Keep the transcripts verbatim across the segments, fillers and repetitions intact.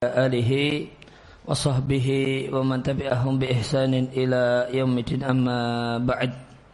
alihi wa sahbihi wa man tabi'ahum bi ihsanin ila yaumil amma ba'd.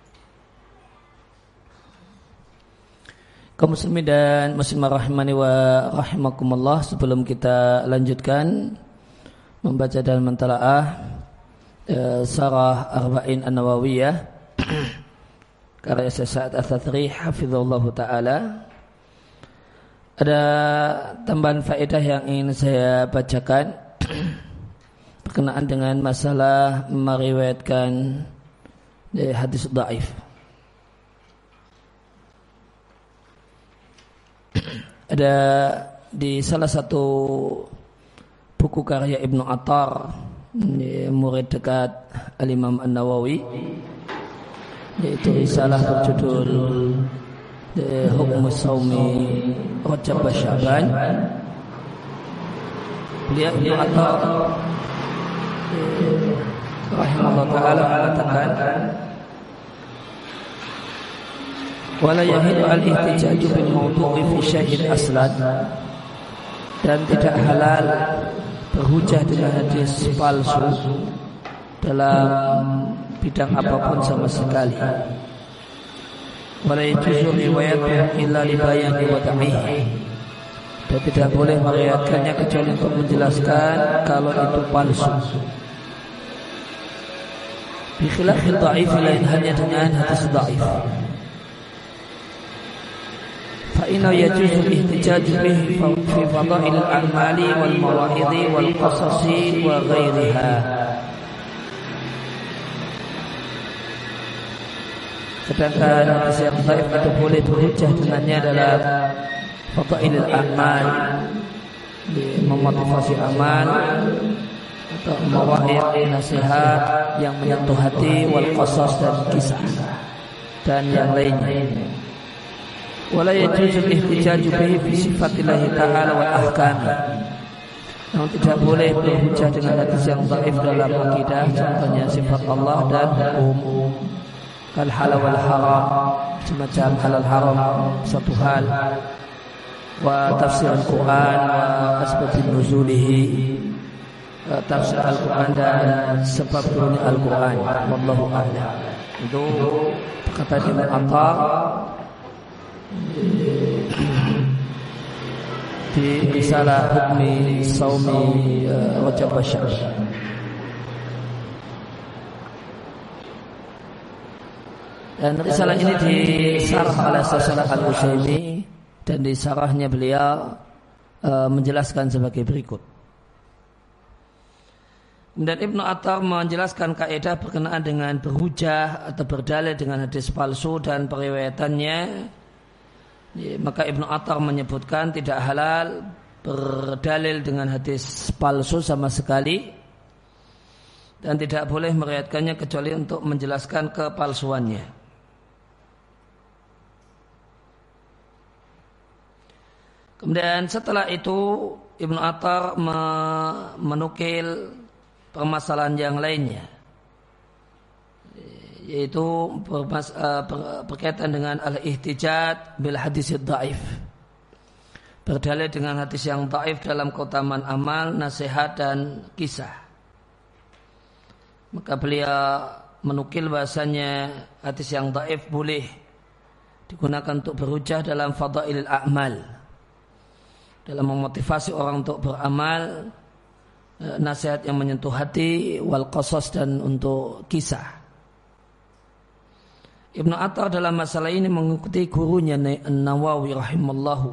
Kaum muslimin dan muslimah rahimani wa rahimakumullah, sebelum kita lanjutkan membaca dan mentalaah uh, Sarah Arba'in An-Nawawiyah karya Sa'ad Ats-Tsatri hafizahullahu taala, ada tambahan faedah yang ingin saya bacakan berkenaan dengan masalah meriwayatkan hadis dhaif. Ada di salah satu buku karya Ibnu Attar, murid dekat Al-Imam An-Nawawi, yaitu risalah berjudul Hukmu Shaumi Rajab wa Sya'ban. Beliau Ibnu Attar rahimahullah ta'ala mengatakan, wala yahidu al-ihtijaju bil mawdu'i fi syai'in aslan, dan tidak halal berhujah dengan hadis palsu dalam bidang apapun sama sekali. Wala yajuzu riwayatuhu illa li bayani wad'ihi, dan tidak boleh meriwayatkannya kecuali untuk menjelaskan kalau itu palsu. Bi khilafil dhaif, lain halnya dengan hadis dhaif. Fa inna yajuzu al-ihtijaju bihi fi fadail al-a'mali wal mawa'idhi wal qasasi wa ghairiha. Sedangkan hadis yang dhaif itu boleh berhujjah dengannya dalam fadailul amal, memotivasi amal atau mawaid, nasihat yang menyentuh hati, wal qasas, dan kisah dan yang lainnya. Wala yajuzul ihtijaju bihi fi sifatillahi ta'ala wal ahkam. Namun tidak boleh berhujjah dengan hadis yang dhaif dalam akidah, contohnya sifat Allah dan hukum, kal halal wal haram, semacam halal haram satu hal, wa tafsir Al-Quran wa asbab nuzulihi, tafsir Al-Quran dan sebab turunnya Al-Quran. Wallahu a'lam. Itu perkataan Ibnu Attar di risalah Hukmi Shaumi Rajab wa Sya'ban. Dan risalah ini disarah oleh Syaikh Al-Utsaimin, dan di sarahnya beliau e, menjelaskan sebagai berikut. Dan Ibnu Attar menjelaskan kaidah berkenaan dengan berhujah atau berdalil dengan hadis palsu dan periwayatannya. Maka Ibnu Attar menyebutkan tidak halal berdalil dengan hadis palsu sama sekali, dan tidak boleh meriwayatkannya kecuali untuk menjelaskan kepalsuannya. Kemudian setelah itu Ibnu Attar menukil permasalahan yang lainnya, yaitu berkaitan dengan al-ihtijaj bil hadis dhaif, berdalil dengan hadis yang dhaif dalam keutamaan amal, nasihat, dan kisah. Maka beliau menukil bahasanya hadis yang dhaif boleh digunakan untuk berhujjah dalam fadailul a'mal, dalam memotivasi orang untuk beramal, nasihat yang menyentuh hati, wal qasas, dan untuk kisah. Ibnu Attar dalam masalah ini mengikuti gurunya Nawawi rahimallahu,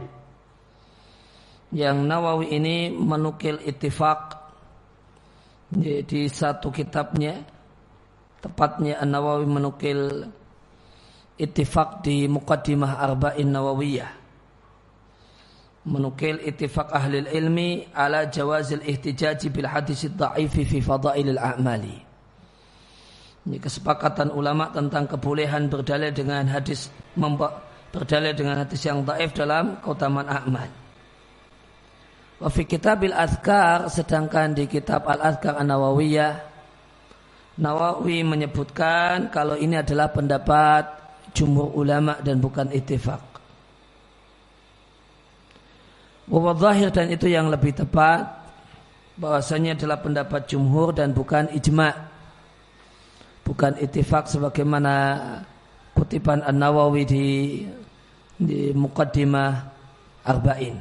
yang Nawawi ini menukil ittifaq di satu kitabnya, tepatnya An-Nawawi menukil ittifaq di Muqaddimah Arba'in Nawawiyah, menukil ittifaq ahli ilmi ala jawazil ihtijaji bil hadis dhaif fi fadailil a'mali. Ini kesepakatan ulama tentang kebolehan berdalil dengan hadis berdalil dengan hadis yang dhaif dalam keutamaan amal. Wa fi kitabil azkar, sedangkan di kitab Al-Azkar An-Nawawiyah, Nawawi menyebutkan kalau ini adalah pendapat jumhur ulama dan bukan ittifaq. Wa zahir, dan itu yang lebih tepat, bahwasanya adalah pendapat jumhur dan bukan ijma', bukan ittifaq sebagaimana kutipan An-Nawawi di di Muqaddimah Arba'in.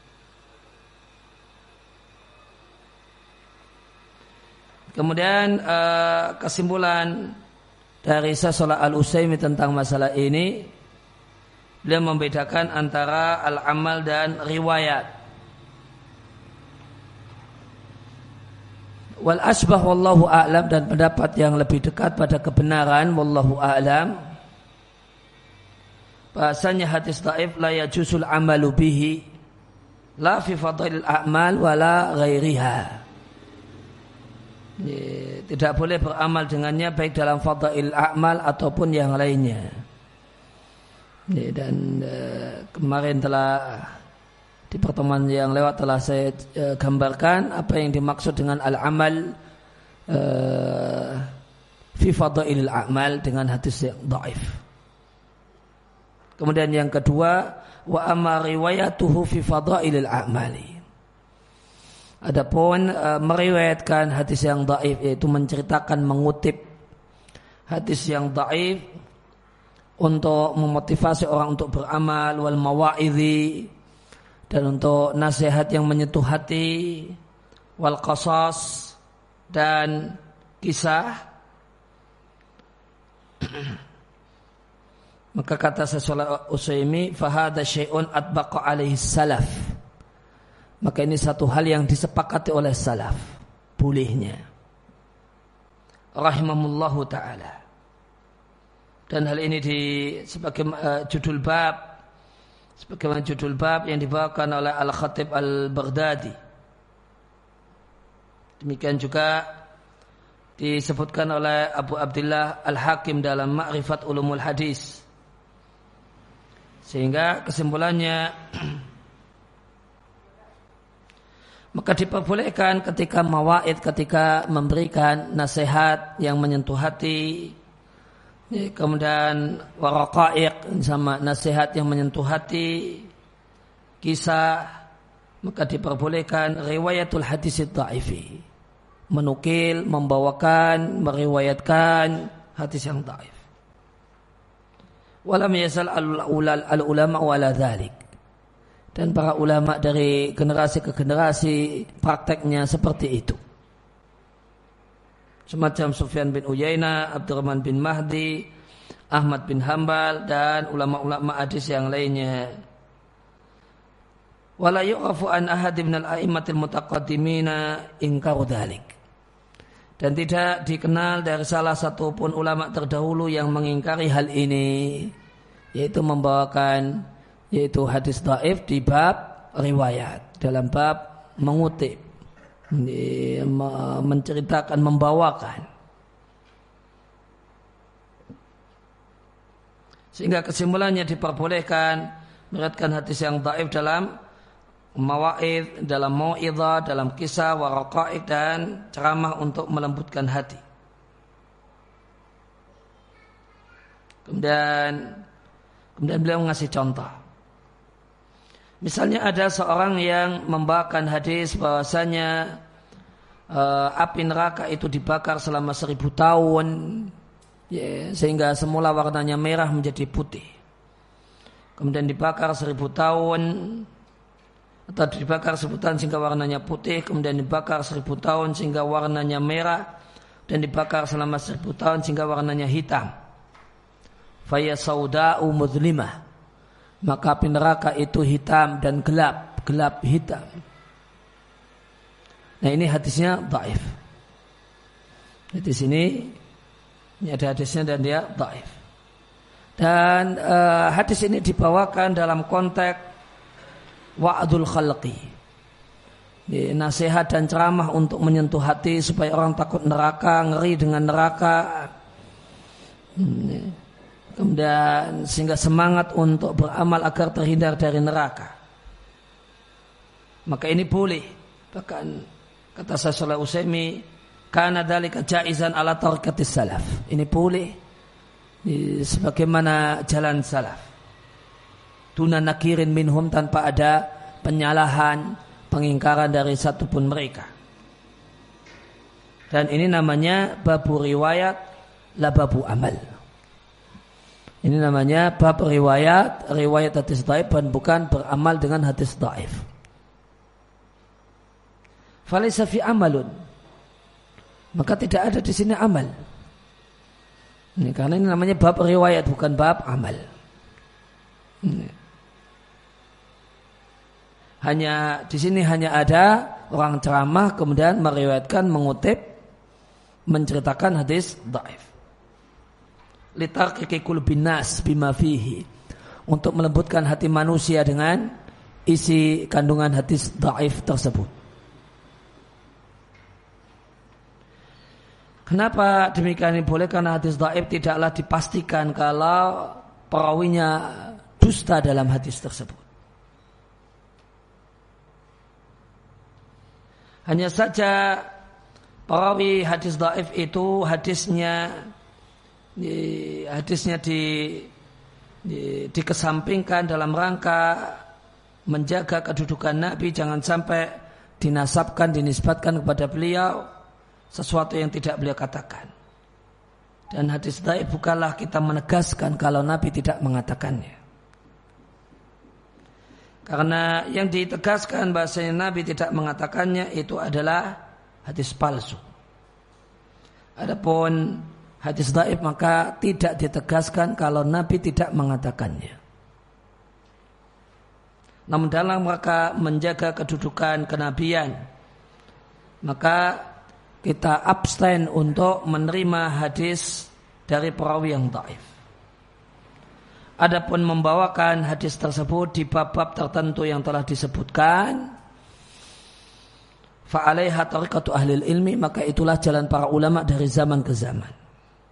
Kemudian uh, kesimpulan dari Syaikh Al-Utsaimin tentang masalah ini, beliau membedakan antara al-amal dan riwayat. Wal asbah wallahu a'lam, dan pendapat yang lebih dekat pada kebenaran wallahu a'lam, bahasanya hadis dhaif la yajusul amalu bihi la fi fadailil a'mal wala ghairiha. Tidak boleh beramal dengannya baik dalam fadail a'mal ataupun yang lainnya. Dan uh, kemarin telah di pertemuan yang lewat telah saya uh, gambarkan apa yang dimaksud dengan al-amal uh, fi fadailil a'mal dengan hadis yang dhaif. Kemudian yang kedua, wa amma riwayatuhu fi fadailil a'mali. Adapun uh, meriwayatkan hadis yang dhaif, yaitu menceritakan, mengutip hadis yang dhaif untuk memotivasi orang untuk beramal, wal mawa'idhi, dan untuk nasihat yang menyentuh hati, wal qasas, dan kisah. Maka kata Syaikh Utsaimin, fahada syai'un atbaqa alaihi salaf. Maka ini satu hal yang disepakati oleh salaf, bolehnya, rahimahullahu ta'ala. Dan hal ini di sebagai uh, judul bab, sebagaimana judul bab yang dibawakan oleh Al-Khatib Al-Baghdadi. Demikian juga disebutkan oleh Abu Abdullah Al-Hakim dalam Ma'rifat Ulumul Hadis. Sehingga kesimpulannya, maka diperbolehkan ketika mawaid, ketika memberikan nasihat yang menyentuh hati, kemudian waraqaiq, sama nasihat yang menyentuh hati, kisah, maka diperbolehkan riwayatul hadis dhaifi, menukil, membawakan, meriwayatkan hadis yang dhaif. Walam yazal al-ulama wala dhalik. Dan para ulama dari generasi ke generasi prakteknya seperti itu. Semacam Sufyan bin Uyainah, Abdurrahman bin Mahdi, Ahmad bin Hanbal, dan ulama-ulama hadis yang lainnya. Wala yu'rafu an ahadi minal a'immatil mutaqaddimina inkaru dhalik. Dan tidak dikenal dari salah satu pun ulama terdahulu yang mengingkari hal ini, yaitu membawakan yaitu hadis dhaif di bab riwayat, dalam bab mengutip, menceritakan, membawakan. Sehingga kesimpulannya diperbolehkan meriwayatkan hadis yang dhaif dalam mawaid, dalam mau'izah, dalam kisah, waraqa'iq, dan ceramah untuk melembutkan hati. Kemudian kemudian beliau mengasih contoh. Misalnya ada seorang yang membawakan hadis bahwasanya uh, api neraka itu dibakar selama seribu tahun, ya, sehingga semula warnanya merah menjadi putih. Kemudian dibakar seribu tahun, atau dibakar seribu tahun sehingga warnanya putih, kemudian dibakar seribu tahun sehingga warnanya merah, dan dibakar selama seribu tahun sehingga warnanya hitam. Faya sauda'u mudlimah, maka api neraka itu hitam dan gelap, gelap hitam. Nah, ini hadisnya dhaif. Di sini ini ada hadisnya dan dia dhaif. Dan uh, hadis ini dibawakan dalam konteks wa'dul khalqi, nasihat dan ceramah untuk menyentuh hati supaya orang takut neraka, ngeri dengan neraka, kemudian sehingga semangat untuk beramal agar terhindar dari neraka. Maka ini boleh. Bahkan kata Syaikh Utsaimin, kana dzalika jaizan ala tariqatis salaf. Ini boleh sebagaimana jalan salaf. Tuna nakirin minhum, tanpa ada penyalahan, pengingkaran dari satupun mereka. Dan ini namanya babu riwayat la babu amal. Ini namanya bab riwayat, riwayat hadis dhaif dan bukan beramal dengan hadis dhaif. Falaysa fi amalun. Maka tidak ada di sini amal. Ini karena ini namanya bab riwayat bukan bab amal. Ini. Hanya di sini hanya ada orang ceramah kemudian meriwayatkan, mengutip, menceritakan hadis dhaif. Litarqiqi qulubin nas bima fihi, untuk melembutkan hati manusia dengan isi kandungan hadis dhaif tersebut. Kenapa demikian ini boleh? Karena hadis dhaif tidaklah dipastikan kalau perawinya dusta dalam hadis tersebut. Hanya saja perawi hadis dhaif itu hadisnya Di, hadisnya di, di, dikesampingkan dalam rangka menjaga kedudukan Nabi, jangan sampai dinasabkan, dinisbatkan kepada beliau sesuatu yang tidak beliau katakan. Dan hadis dhaif bukanlah kita menegaskan kalau Nabi tidak mengatakannya. Karena yang ditegaskan bahasanya Nabi tidak mengatakannya itu adalah hadis palsu. Adapun hadis dhaif maka tidak ditegaskan kalau Nabi tidak mengatakannya. Namun dalam rangka menjaga kedudukan kenabian, maka kita abstain untuk menerima hadis dari perawi yang dhaif. Adapun membawakan hadis tersebut di bab-bab tertentu yang telah disebutkan, fa'alaiha tariqatu ahlil ilmi, maka itulah jalan para ulama dari zaman ke zaman.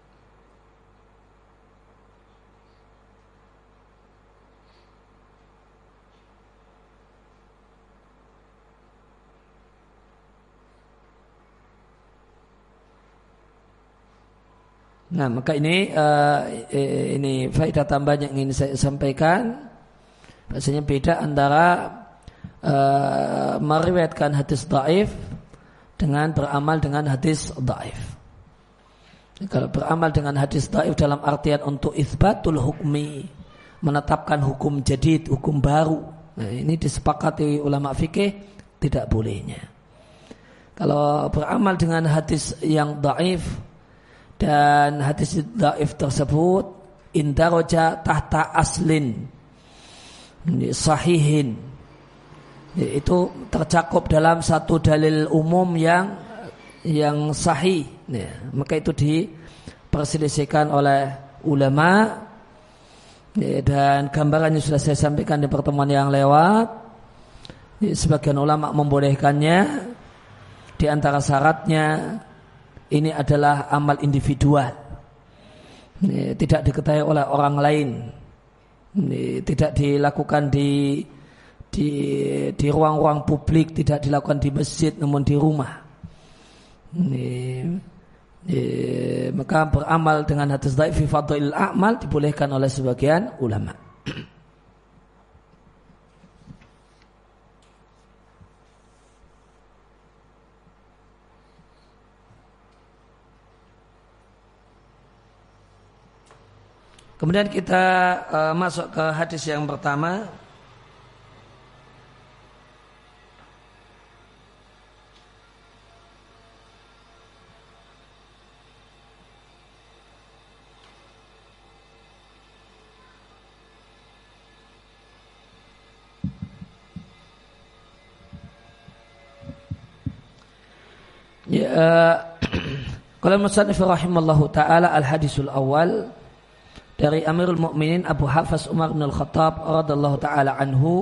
Nah, maka ini uh, ini faedah tambahan yang ingin saya sampaikan. Bahasanya beda antara uh, meriwayatkan hadis dhaif dengan beramal dengan hadis dhaif. Kalau beramal dengan hadis dhaif dalam artian untuk itsbatul hukmi, menetapkan hukum jadid, hukum baru. Nah, ini disepakati ulama fikih tidak bolehnya. Kalau beramal dengan hadis yang dhaif dan hadis dhaif tersebut indaraja tahta aslin sahihin, itu tercakup dalam satu dalil umum yang yang sahih, ya, maka itu diperselisihkan oleh ulama, ya, dan gambarannya sudah saya sampaikan di pertemuan yang lewat. Ya, sebagian ulama membolehkannya, di antara syaratnya ini adalah amal individual, ini tidak diketahui oleh orang lain, ini tidak dilakukan di di di ruang-ruang publik, tidak dilakukan di masjid, namun di rumah. Ini, ini, maka beramal dengan hadis dhaif fi fadhailil a'mal dibolehkan oleh sebagian ulama. Kemudian kita uh, masuk ke hadis yang pertama. Ya, uh, qala musannif rahimallahu taala al-hadisul awal dari Amirul Mukminin Abu Hafs Umar bin Al-Khattab radhiyallahu taala anhu,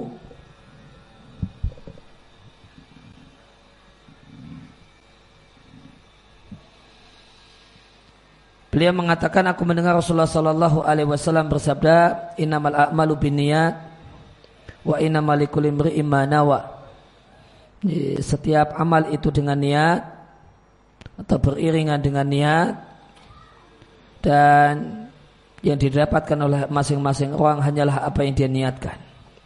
beliau mengatakan, aku mendengar Rasulullah sallallahu alaihi wasallam bersabda, innamal a'malu binniyat wa innamal likulli imri'in ma nawa. Setiap amal itu dengan niat atau beriringan dengan niat, dan yang didapatkan oleh masing-masing orang hanyalah apa yang dia niatkan.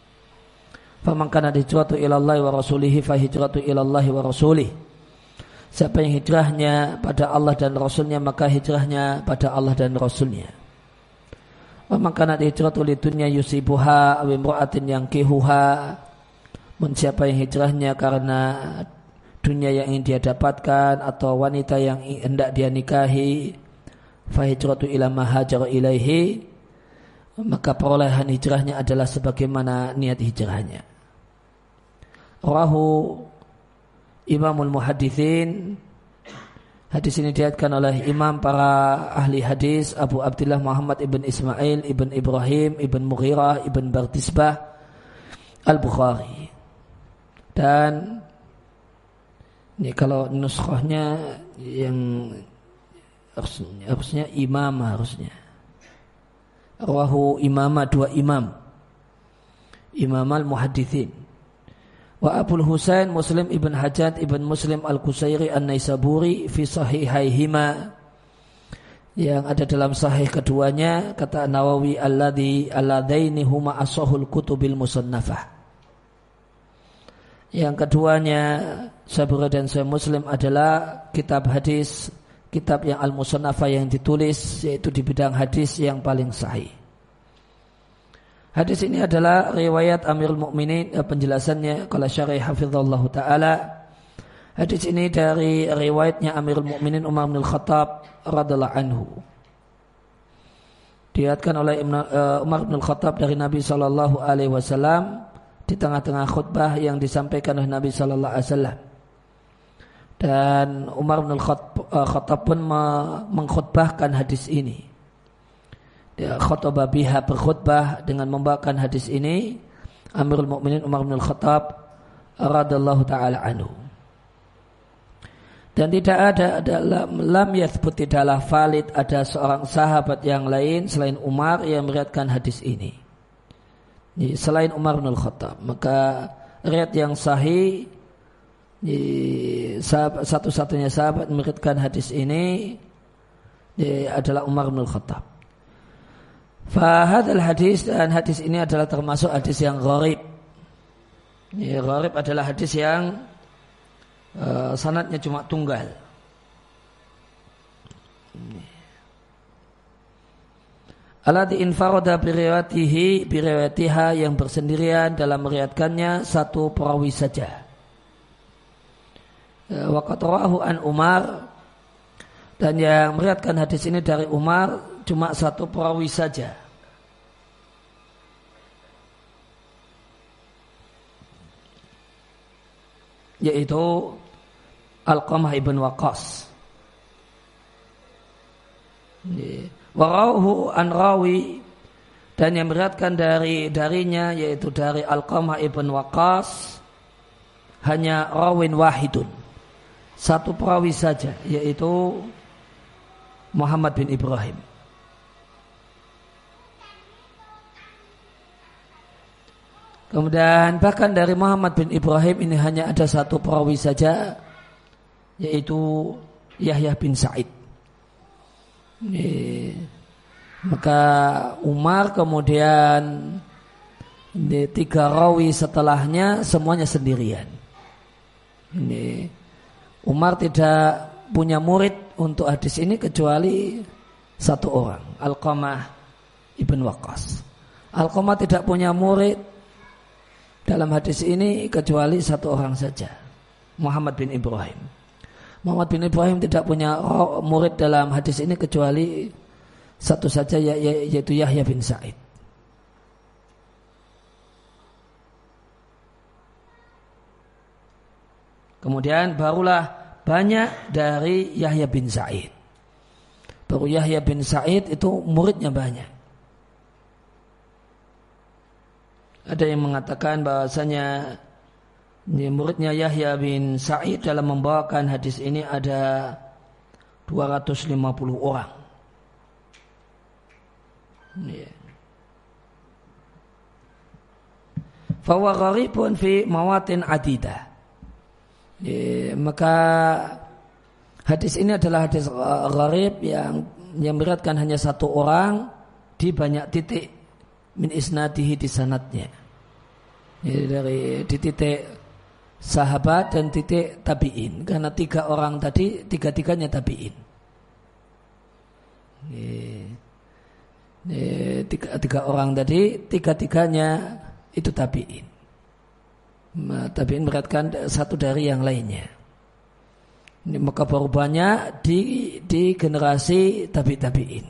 Faman kana hijratu ila Allah wa rasulihi fa hijratu ila Allah wa rasulih. Siapa yang hijrahnya pada Allah dan Rasulnya, maka hijrahnya pada Allah dan Rasulnya. Wa man kanat hijratu lidunya yusibuha aw imra'atin yankihuha. Siapa yang hijrahnya karena dunia yang ingin dia dapatkan atau wanita yang hendak dia nikahi, fa hijratu ila ma hajara ilaihi, maka perolehan hijrahnya adalah sebagaimana niat hijrahnya. Rawahu Imamul Muhadditsin. Hadis ini diriwayatkan oleh imam para ahli hadis Abu Abdullah Muhammad ibn Ismail ibn Ibrahim ibn Mughirah ibn Bardisbah Al-Bukhari. Dan ini kalau nuskhahnya yang harusnya, harusnya imam harusnya. Rawahu imama dua imam. Imam al-Muhadditsin. Wa Abul Husain Muslim ibn Hajjaj ibn Muslim al-Qusairi an-Naisaburi fi sahihaihima, yang ada dalam sahih keduanya, kata Nawawi alladhi alladaini huma ashahul kutubil musannafah. Yang keduanya Sahih Bukhari dan Sahih Muslim adalah kitab hadis, kitab yang al-musannafah yang ditulis, yaitu di bidang hadis yang paling sahih. Hadis ini adalah riwayat Amirul Mukminin, penjelasannya qala syarih hafizallahu taala. Hadis ini dari riwayatnya Amirul Mukminin Umar bin Khattab radhiyallahu anhu. Diriwayatkan oleh Umar bin Khattab dari Nabi sallallahu alaihi wasallam di tengah-tengah khutbah yang disampaikan oleh Nabi sallallahu alaihi wasallam. Dan Umar bin Khattab pun mengkhutbahkan hadis ini. Dia khutbah biha, berkhutbah dengan membawakan hadis ini, Amirul Mukminin Umar bin Khattab radhiyallahu taala anhu. Dan tidak ada dalam lam yathbut, tidaklah valid ada seorang sahabat yang lain selain Umar yang meriwayatkan hadis ini. Selain Umar bin Khattab, maka riwayat yang sahih satu-satunya sahabat meriwayatkan hadis ini adalah Umar bin Khattab. Fahadal hadis, dan hadis ini adalah termasuk hadis yang gharib. Ya, gharib adalah hadis yang uh, sanadnya cuma tunggal. Alladhi infarada biriwayatihi biriwayatiha, yang bersendirian dalam meriwayatkannya satu perawi saja. Wa qad rawahu an Umar, dan yang meriwayatkan hadis ini dari Umar cuma satu perawi saja. Yaitu Alqamah ibn Waqqas. Warahu an rawi, dan yang meriwayatkan dari darinya yaitu dari Alqamah ibn Waqqas hanya rawin wahidun, satu perawi saja, yaitu Muhammad bin Ibrahim. Kemudian bahkan dari Muhammad bin Ibrahim ini hanya ada satu perawi saja, yaitu Yahya bin Sa'id. Ini, maka Umar kemudian di tiga rawi setelahnya semuanya sendirian. Ini, Umar tidak punya murid untuk hadis ini kecuali satu orang, Alqamah ibn Waqqas. Alqamah tidak punya murid dalam hadis ini kecuali satu orang saja, Muhammad bin Ibrahim. Muhammad bin Ibrahim tidak punya murid dalam hadis ini kecuali satu saja, yaitu Yahya bin Sa'id. Kemudian barulah banyak dari Yahya bin Sa'id. Baru Yahya bin Sa'id itu muridnya banyak. Ada yang mengatakan bahwasanya muridnya Yahya bin Sa'id dalam membawakan hadis ini ada dua ratus lima puluh orang. Fa huwa gharibun fi mawatin adidah. Maka hadis ini adalah hadis gharib yang yang meriwayatkan hanya satu orang di banyak titik min isnadihi, di sanadnya. Jadi dari di titik sahabat dan titik tabi'in. Karena tiga orang tadi, tiga-tiganya tabi'in. Tiga, tiga orang tadi, tiga-tiganya itu tabi'in. Tabi'in beratkan satu dari yang lainnya. Ini maka baru banyak di, di generasi tabi-tabi'in.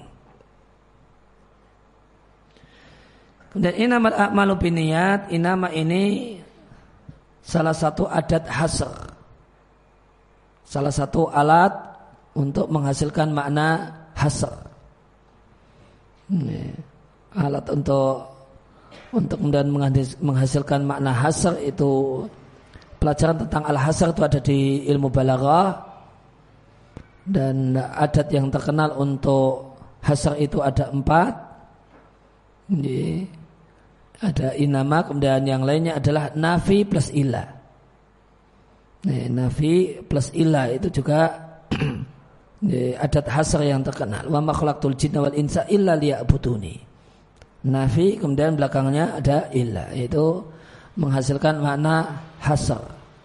Kemudian inamal a'malu binniyat, inama ini salah satu adat hasr, salah satu alat untuk menghasilkan makna hasr. Ini, alat untuk untuk kemudian menghasilkan makna hasr itu, pelajaran tentang al-hasr itu ada di ilmu balaghah, dan adat yang terkenal untuk hasr itu ada empat. Ini, ada inama, kemudian yang lainnya adalah nafi plus ilah. Nah, nafi plus ilah itu juga adat hasr yang terkenal. Wa ma khalaqtul jinna wal insa illa liya'buduni. Nafi kemudian belakangnya ada ilah, yaitu menghasilkan makna hasr.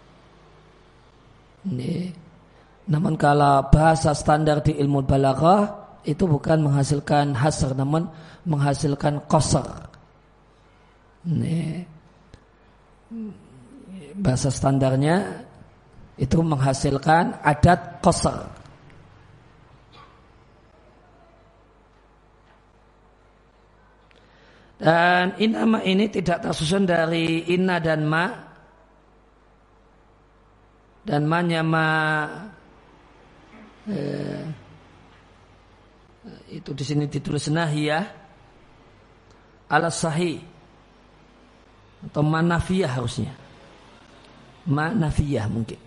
Ini. Namun kalau bahasa standar di ilmu balaghah itu bukan menghasilkan hasr, namun menghasilkan qasr. Ini. Bahasa standarnya itu menghasilkan adat qasr. Dan inama ini tidak tersusun dari inna dan ma, dan ma-nya ma eh, itu di sini ditulis nahiyah ala sahih atau ma nafiyah, harusnya ma nafiyah mungkin.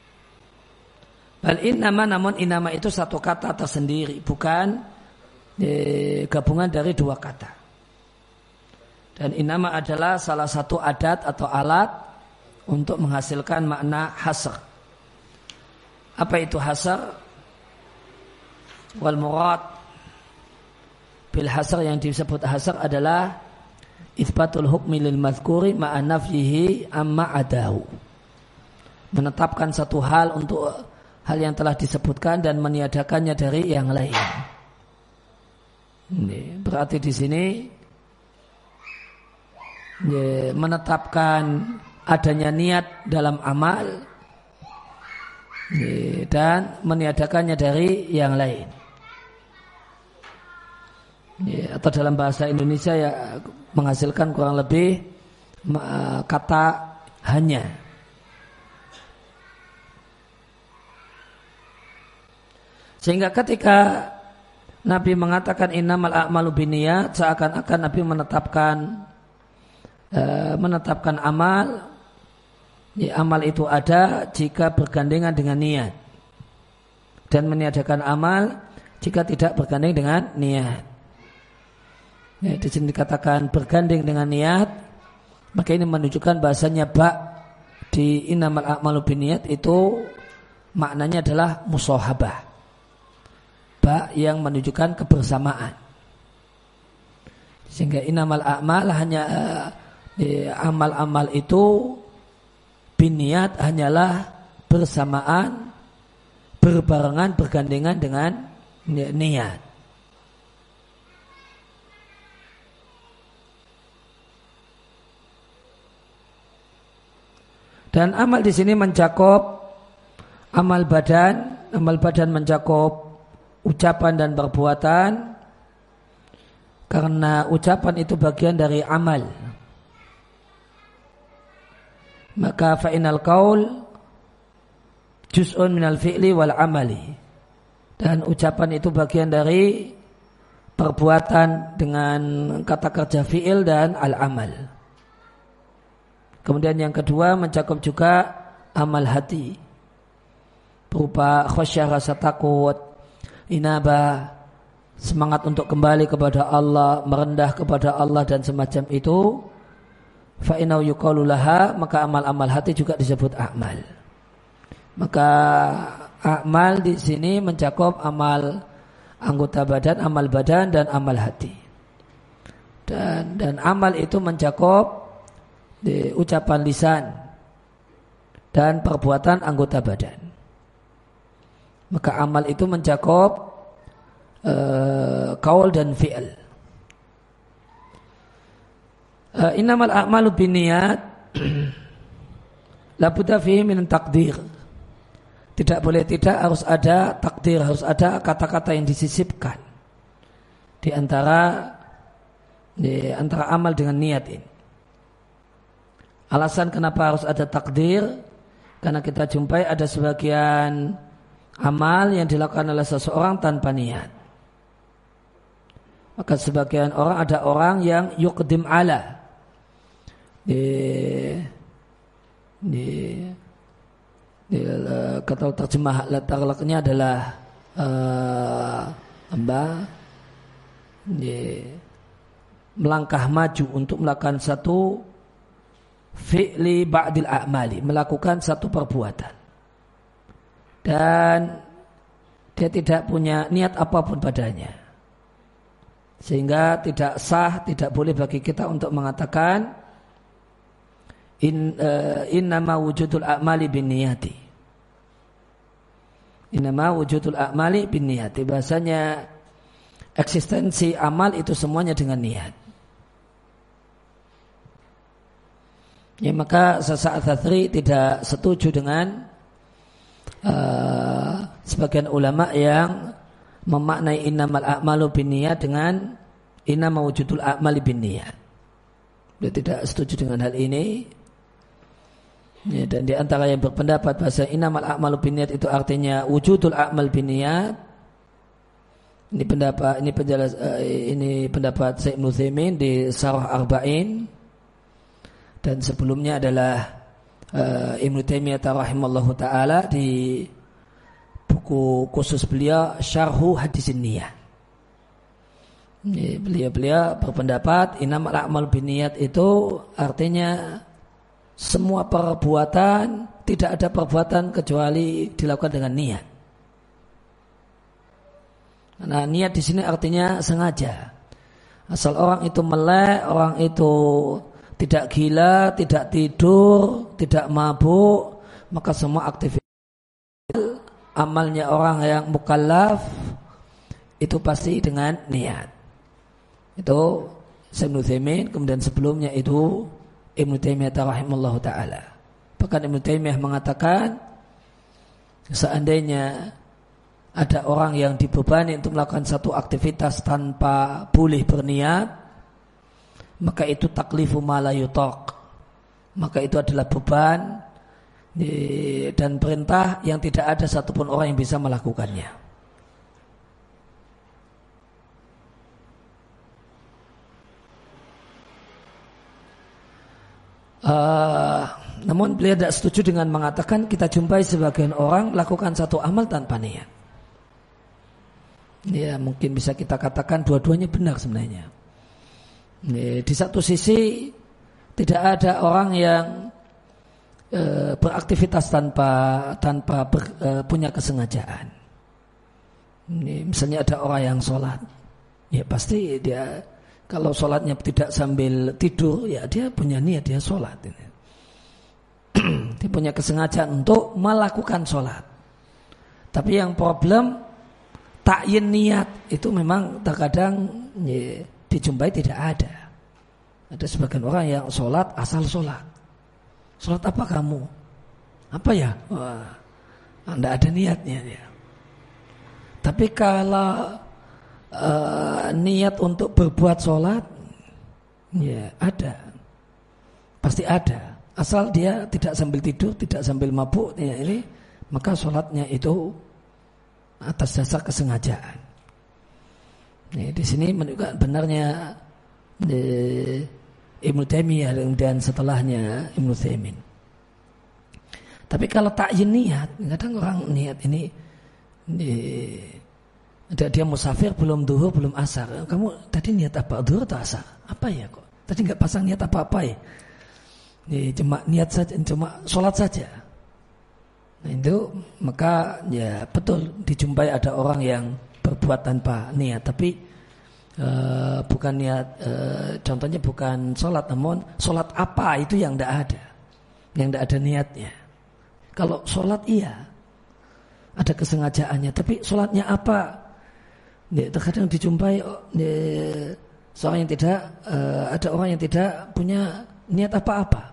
Bal inama, namun inama itu satu kata tersendiri, bukan eh, gabungan dari dua kata. Dan inama adalah salah satu adat atau alat untuk menghasilkan makna hasr. Apa itu hasr? Wal murad bil hasr, yang disebut hasr adalah itsbatul hukmi lil mazkuri ma'a nafyihi amma adahu. Menetapkan satu hal untuk hal yang telah disebutkan dan meniadakannya dari yang lain. Ini berarti di sini ya, menetapkan adanya niat dalam amal ya, dan meniadakannya dari yang lain ya, atau dalam bahasa Indonesia ya menghasilkan kurang lebih kata hanya. Sehingga ketika Nabi mengatakan innamal a'malu binniyat, seakan-akan Nabi menetapkan menetapkan amal, ya, amal itu ada jika bergandengan dengan niat, dan meniadakan amal jika tidak bergandeng dengan niat. Ya, di sini dikatakan bergandeng dengan niat, maka ini menunjukkan bahasanya ba di innamal a'malu binniyat itu maknanya adalah musahabah, ba yang menunjukkan kebersamaan. Sehingga innamal a'mal hanya amal-amal itu biniat hanyalah bersamaan, berbarengan, bergandengan dengan niat. Dan amal di sini mencakup amal badan, amal badan mencakup ucapan dan perbuatan, karena ucapan itu bagian dari amal. Maka fa'inal qaul juz'un minal fi'li wal amali, dan ucapan itu bagian dari perbuatan dengan kata kerja fi'il dan al-amal. Kemudian yang kedua mencakup juga amal hati, berupa khasyah, rasa takut, inabah, semangat untuk kembali kepada Allah, merendah kepada Allah dan semacam itu. Fa'inau yuqalu laha, maka amal-amal hati juga disebut a'mal. Maka a'mal di sini mencakup amal anggota badan, amal badan dan amal hati. Dan dan amal itu mencakup di ucapan lisan, dan perbuatan anggota badan. Maka amal itu mencakup uh, qaul dan fi'il. Uh, innamal a'malu binniyat la budda fihi min taqdir. Tidak boleh tidak, harus ada takdir, harus ada kata-kata yang disisipkan di antara di antara amal dengan niat ini. Alasan kenapa harus ada takdir, karena kita jumpai ada sebagian amal yang dilakukan oleh seseorang tanpa niat. Maka sebagian orang, ada orang yang yuqdim ala di di kata terjemah latarlaknya adalah uh, apa? Di, melangkah maju untuk melakukan satu fi'li ba'dil a'mali, melakukan satu perbuatan, dan dia tidak punya niat apapun padanya, sehingga tidak sah, tidak boleh bagi kita untuk mengatakan In, uh, innama wujudul a'mali bin niyati. Innama wujudul a'mali bin niyati. Bahasanya eksistensi amal itu semuanya dengan niat. Ya, maka Sa'ad Tsatsri tidak setuju dengan uh, sebagian ulama yang memaknai innamal a'malu bin niyat dengan innama wujudul a'mali bin niyat. Dia tidak setuju dengan hal ini. Ya, dan di antara yang berpendapat bahasa innamal a'malu binniyat itu artinya wujudul a'mal binniyat. Ini pendapat ini penjelas uh, ini pendapat Syekh Ibnu Utsaimin di Syarah Arba'in, dan sebelumnya adalah uh, Ibnu Taimiyah rahimallahu taala di buku khusus beliau Syarhu Hadisin Niyah. Beliau-beliau berpendapat innamal a'malu binniyat itu artinya semua perbuatan, tidak ada perbuatan kecuali dilakukan dengan niat. Nah, niat di sini artinya sengaja. Asal orang itu melek, orang itu tidak gila, tidak tidur, tidak mabuk, maka semua aktivitas amalnya orang yang mukallaf itu pasti dengan niat. Itu Syekh Ibnu Utsaimin, kemudian sebelumnya itu Ibnu Taimiyah rahimahullahu taala. Bahkan Ibnu Taimiyah mengatakan seandainya ada orang yang dibebani untuk melakukan satu aktivitas tanpa boleh berniat, maka itu taklifu ma la yutaq. Maka itu adalah beban dan perintah yang tidak ada satupun orang yang bisa melakukannya. Uh, namun beliau tidak setuju dengan mengatakan kita jumpai sebagian orang melakukan satu amal tanpa niat. Ya, mungkin bisa kita katakan dua-duanya benar sebenarnya. Ya, di satu sisi tidak ada orang yang uh, beraktivitas tanpa tanpa ber, uh, punya kesengajaan. Ya, misalnya ada orang yang sholat, ya pasti dia kalau sholatnya tidak sambil tidur, ya dia punya niat, dia sholat. Dia punya kesengajaan untuk melakukan sholat. Tapi yang problem, takyin niat itu memang terkadang ya, dijumpai tidak ada. Ada sebagian orang yang sholat asal sholat. Sholat apa kamu? Apa ya? Wah, anda ada niatnya. Ya. Tapi kalau Uh, niat untuk berbuat sholat, ya ada, pasti ada. Asal dia tidak sambil tidur, tidak sambil mabuk, ya ini, maka sholatnya itu atas dasar kesengajaan. Ya, di sini menunjukkan benarnya eh, Ibnu Taimiyah dan setelahnya Ibnu Utsaimin. Tapi kalau takyin niat, kadang orang niat ini. Eh, Ada dia musafir belum duhur belum asar. Kamu tadi niat apa? Duhur atau asar? Apa ya kok? Tadi nggak pasang niat apa-apa ya? Ini cuma niat saja, cuma sholat saja. Nah itu maka ya betul dijumpai ada orang yang berbuat tanpa niat. Tapi uh, bukan niat. Uh, contohnya bukan sholat, namun sholat apa itu yang tidak ada, yang tidak ada niatnya. Kalau sholat iya, ada kesengajaannya. Tapi sholatnya apa? Ya, terkadang dijumpai ya, seorang yang tidak, uh, ada orang yang tidak punya niat apa-apa.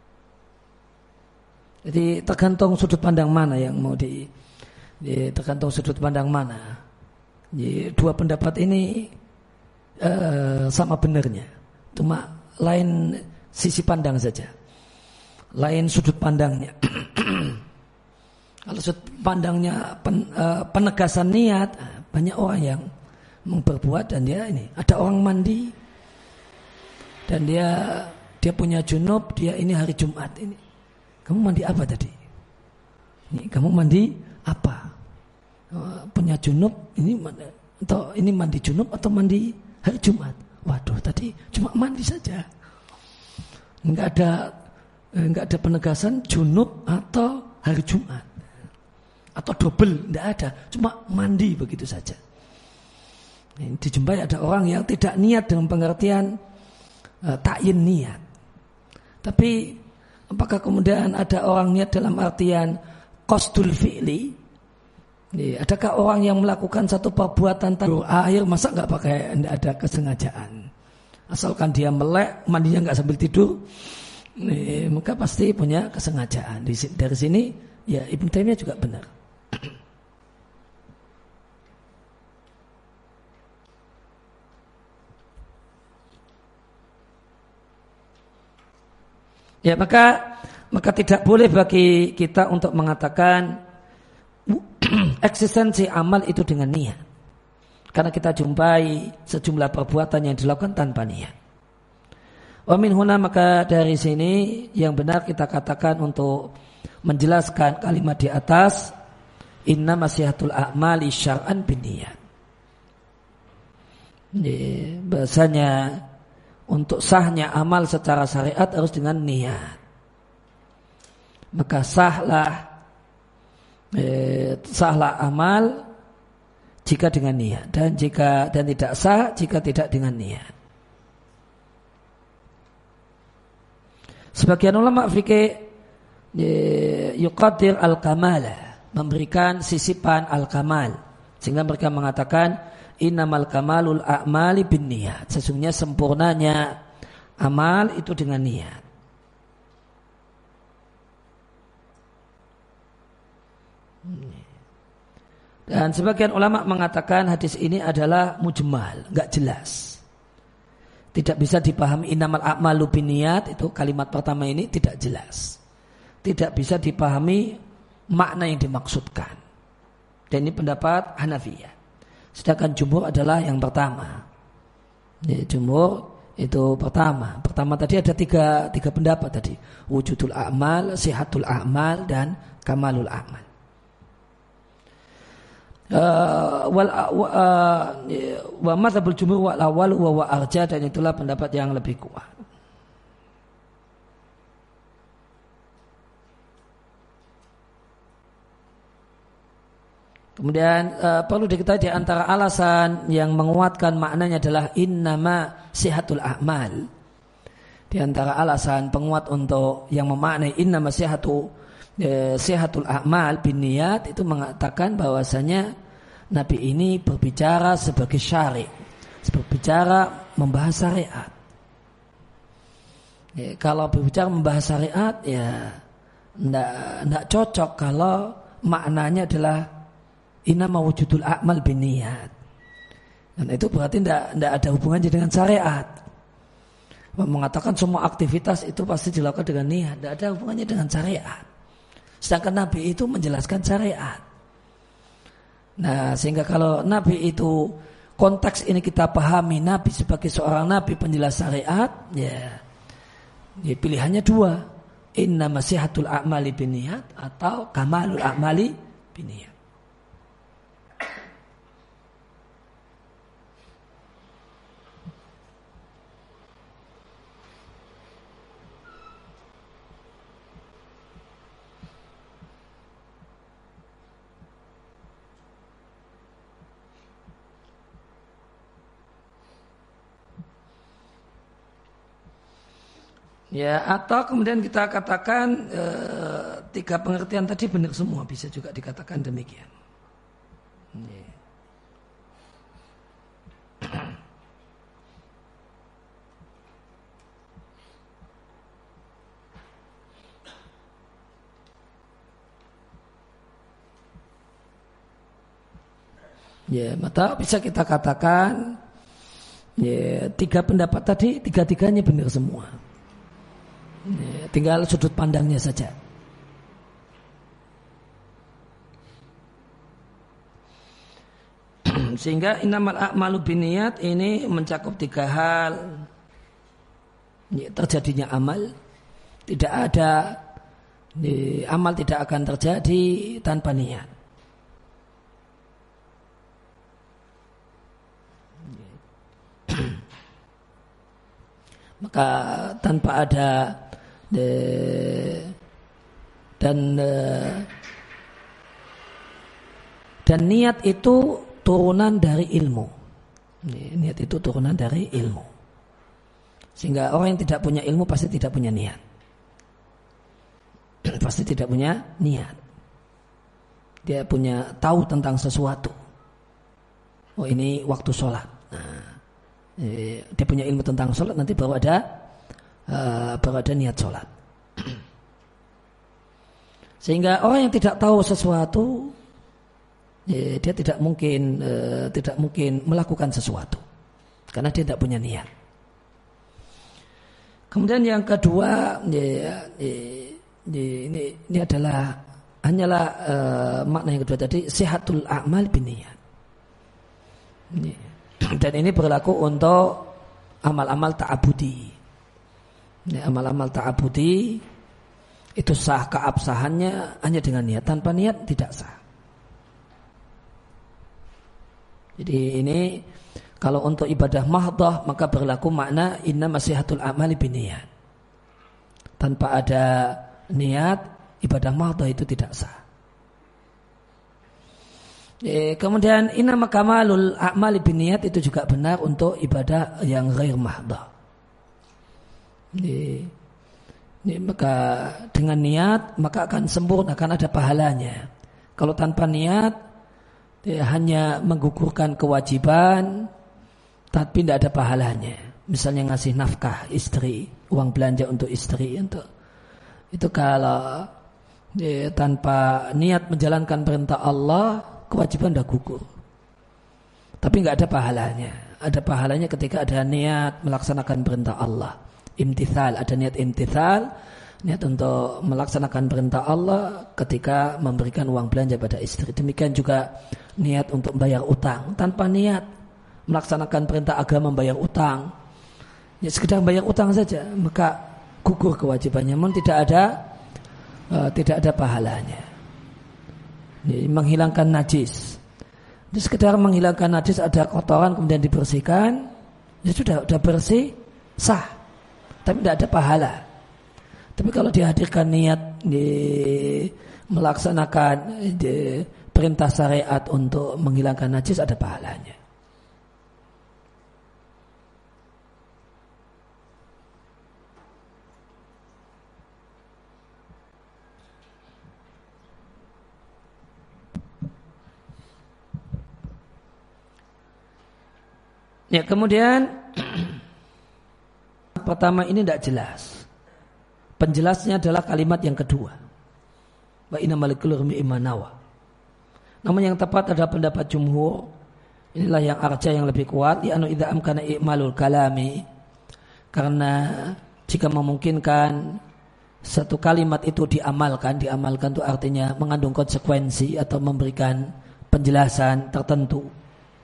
Jadi tergantung sudut pandang mana yang mau di, ya, tergantung sudut pandang mana. Ya, dua pendapat ini uh, sama benarnya, cuma lain sisi pandang saja, lain sudut pandangnya. Kalau sudut pandangnya pen, uh, penegasan niat, banyak orang yang memperbuat dan dia ini ada orang mandi dan dia dia punya junub, dia ini hari Jumat ini. Kamu mandi apa tadi? Ini kamu mandi apa? Uh, punya junub ini atau ini mandi junub atau mandi hari Jumat? Waduh, tadi cuma mandi saja. Enggak ada enggak ada penegasan junub atau hari Jumat. Atau double, enggak ada, cuma mandi begitu saja. Ini dijumpai ada orang yang tidak niat dengan pengertian uh, ta'yin niat. Tapi apakah kemudian ada orang niat dalam artian qasdul fi'li? Ini, adakah orang yang melakukan satu perbuatan tanpa air masa enggak pakai enggak ada kesengajaan? Asalkan dia melek, mandinya enggak sambil tidur, ini, maka pasti punya kesengajaan. Dari sini, ya Ibnu Taimiyah juga benar. Ya maka maka tidak boleh bagi kita untuk mengatakan eksistensi amal itu dengan niat. Karena kita jumpai sejumlah perbuatan yang dilakukan tanpa niat. Wa min huna, maka dari sini yang benar kita katakan untuk menjelaskan kalimat di atas, inna masihatul a'mali syar'an binniyat. Bahasanya untuk sahnya amal secara syariat harus dengan niat. Maka sahlah eh, sahlah amal jika dengan niat, dan jika dan tidak sah jika tidak dengan niat. Sebagian ulama fikih yuqaddir al-kamala, memberikan sisipan al-kamal, sehingga mereka mengatakan innamal kamalul a'mali bin niat. Sesungguhnya sempurnanya amal itu dengan niat. Dan sebagian ulama mengatakan hadis ini adalah mujmal, enggak jelas. Tidak bisa dipahami innamal a'malu binniyat, itu kalimat pertama ini tidak jelas. Tidak bisa dipahami makna yang dimaksudkan. Dan ini pendapat Hanafiyah. Sedangkan jumhur adalah yang pertama. Ya, jumhur itu pertama. Pertama tadi ada tiga, tiga pendapat tadi. Wujudul a'mal, sihatul a'mal, dan kamalul a'mal. Uh, wal uh, wa madzhabul jumhur wal awal wa wa arja, dan itulah pendapat yang lebih kuat. Kemudian uh, perlu diketahui di antara alasan yang menguatkan maknanya adalah innama sihatul a'mal. Di antara alasan penguat untuk yang memaknai innama sihatu eh, sihatul a'mal bin niyat itu mengatakan bahwasanya Nabi ini berbicara sebagai syari', berbicara membahas syariat. Ya, kalau berbicara membahas syariat ya tidak cocok kalau maknanya adalah innama wujudul a'mal bin niyat. Dan itu berarti tidak ada hubungannya dengan syariat. Mengatakan semua aktivitas itu pasti dilakukan dengan niat, tidak ada hubungannya dengan syariat. Sedangkan Nabi itu menjelaskan syariat. Nah, sehingga kalau Nabi itu konteks ini kita pahami Nabi sebagai seorang Nabi penjelas syariat, ya, ya pilihannya dua, innama sihatul a'mali binniyat atau kamalul a'mali binniyat. Ya, atau kemudian kita katakan eh, tiga pengertian tadi benar semua, bisa juga dikatakan demikian. Yeah. Ya, maka bisa kita katakan ya, tiga pendapat tadi tiga-tiganya benar semua. Ya, tinggal sudut pandangnya saja. Sehingga innamal a'malu binniyat ini mencakup tiga hal. Ya, terjadinya amal, tidak ada ya, amal tidak akan terjadi tanpa niat. Maka tanpa ada de, dan de, dan niat itu turunan dari ilmu. Niat itu turunan dari ilmu. Sehingga orang yang tidak punya ilmu pasti tidak punya niat. Pasti tidak punya niat. Dia punya tahu tentang sesuatu. Oh, ini waktu sholat. Nah, dia punya ilmu tentang sholat, nanti baru ada uh, baru ada niat sholat. Sehingga orang yang tidak tahu sesuatu, ya, dia tidak mungkin uh, tidak mungkin melakukan sesuatu karena dia tidak punya niat. Kemudian yang kedua, ya, ya, ya, ini ini adalah hanyalah uh, makna yang kedua tadi, sihatul a'mal binniyat. Ya. Dan ini berlaku untuk amal-amal ta'abudi. Ya, amal-amal ta'abudi itu sah, keabsahannya hanya dengan niat. Tanpa niat tidak sah. Jadi ini kalau untuk ibadah mahdhah maka berlaku makna inna masihatul amali binniyat. Tanpa ada niat ibadah mahdhah itu tidak sah. E, kemudian inama kamalul a'mali binniyat itu juga benar untuk ibadah yang ghair mahdhah. E, e, maka dengan niat maka akan sempurna, akan ada pahalanya. Kalau tanpa niat e, hanya menggugurkan kewajiban tapi tidak ada pahalanya. Misalnya ngasih nafkah istri, uang belanja untuk istri, untuk itu kalau e, tanpa niat menjalankan perintah Allah, kewajiban dah gugur. Tapi enggak ada pahalanya. Ada pahalanya ketika ada niat melaksanakan perintah Allah. Imtithal, ada niat imtithal, niat untuk melaksanakan perintah Allah ketika memberikan uang belanja pada istri. Demikian juga niat untuk membayar utang. Tanpa niat melaksanakan perintah agama membayar utang, ya sekedar bayar utang saja, maka gugur kewajibannya. Namun tidak ada uh, tidak ada pahalanya. Menghilangkan najis, jadi sekedar menghilangkan najis, ada kotoran kemudian dibersihkan, ya sudah sudah bersih, sah, tapi tidak ada pahala. Tapi kalau dihadirkan niat di, melaksanakan di, perintah syariat untuk menghilangkan najis, ada pahalanya. Ya, kemudian pertama ini tidak jelas. Penjelasnya adalah kalimat yang kedua. Wa innamal kullu imanawa. Namun yang tepat adalah pendapat jumhur. Inilah yang arja, yang lebih kuat. Ya anu idza amkana i'malul kalami. Karena jika memungkinkan satu kalimat itu diamalkan, diamalkan itu artinya mengandung konsekuensi atau memberikan penjelasan tertentu.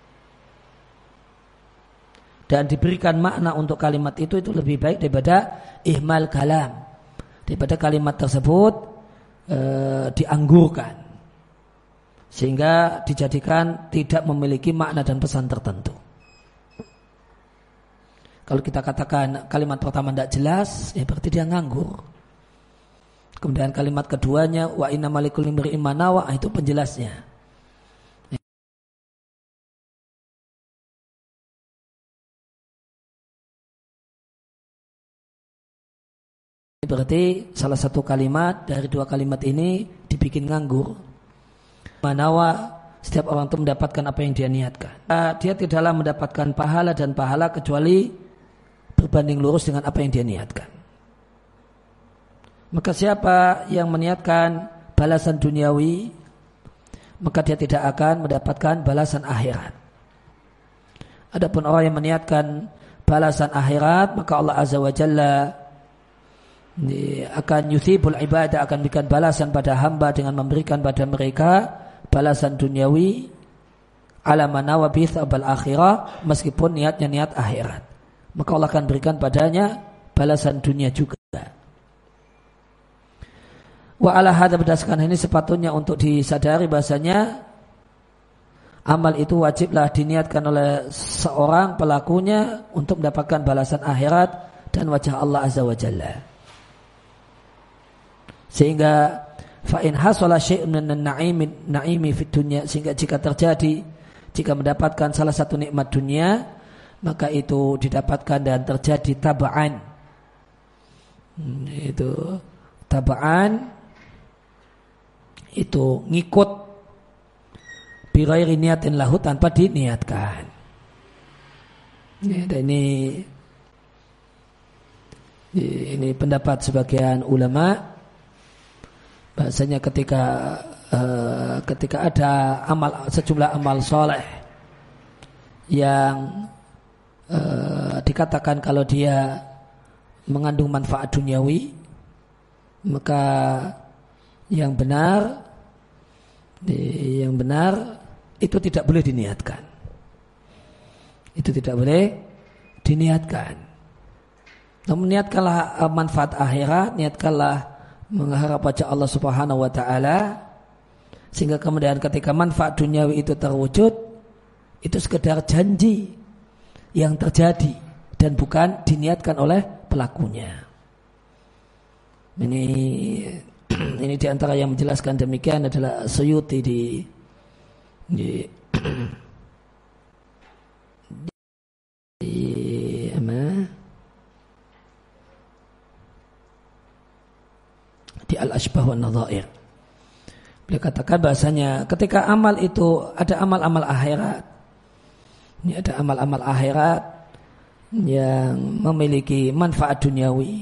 Dan diberikan makna untuk kalimat itu, itu lebih baik daripada ihmal kalam, daripada kalimat tersebut e, dianggurkan sehingga dijadikan tidak memiliki makna dan pesan tertentu. Kalau kita katakan kalimat pertama tidak jelas, ya berarti dia nganggur. Kemudian kalimat keduanya wa inna malikul imri'in ma nawa, itu penjelasnya. Berarti salah satu kalimat dari dua kalimat ini dibikin nganggur. Manawa, setiap orang itu mendapatkan apa yang dia niatkan. Dia tidaklah mendapatkan pahala dan pahala kecuali berbanding lurus dengan apa yang dia niatkan. Maka siapa yang meniatkan balasan duniawi, maka dia tidak akan mendapatkan balasan akhirat. Adapun orang yang meniatkan balasan akhirat, maka Allah Azza wa Jalla akan yuthibul ibadah, akan berikan balasan pada hamba dengan memberikan pada mereka balasan duniawi ala manawa bi tsabal akhirah, meskipun niatnya niat akhirat, maka Allah akan berikan padanya balasan dunia juga. Wa ala hadza, berdasarkan ini sepatutnya untuk disadari bahasanya amal itu wajiblah diniatkan oleh seorang pelakunya untuk mendapatkan balasan akhirat dan wajah Allah Azza wa Jalla. Sehingga fa in hasala syai'un min an-na'imi na'imi fid dunya, sehingga jika terjadi, jika mendapatkan salah satu nikmat dunia, maka itu didapatkan dan terjadi taba'an. Itu taba'an, itu ngikut bighairi niatin lahu, tanpa diniatkan. Dan ini ini pendapat sebagian ulama, bahasanya ketika uh, ketika ada amal, sejumlah amal soleh yang uh, dikatakan kalau dia mengandung manfaat duniawi, maka yang benar yang benar itu tidak boleh diniatkan. Itu tidak boleh diniatkan. Namun niatkanlah manfaat akhirat, niatkanlah mengharap wajah Allah Subhanahu wa taala, sehingga kemudian ketika manfaat duniawi itu terwujud, itu sekedar janji yang terjadi dan bukan diniatkan oleh pelakunya. Ini ini diantara yang menjelaskan demikian adalah Suyuti di di, di apa? Di Al-Ashbah wa Nadhair. Beliau katakan bahasanya ketika amal itu ada amal-amal akhirat, ini ada amal-amal akhirat yang memiliki manfaat duniawi,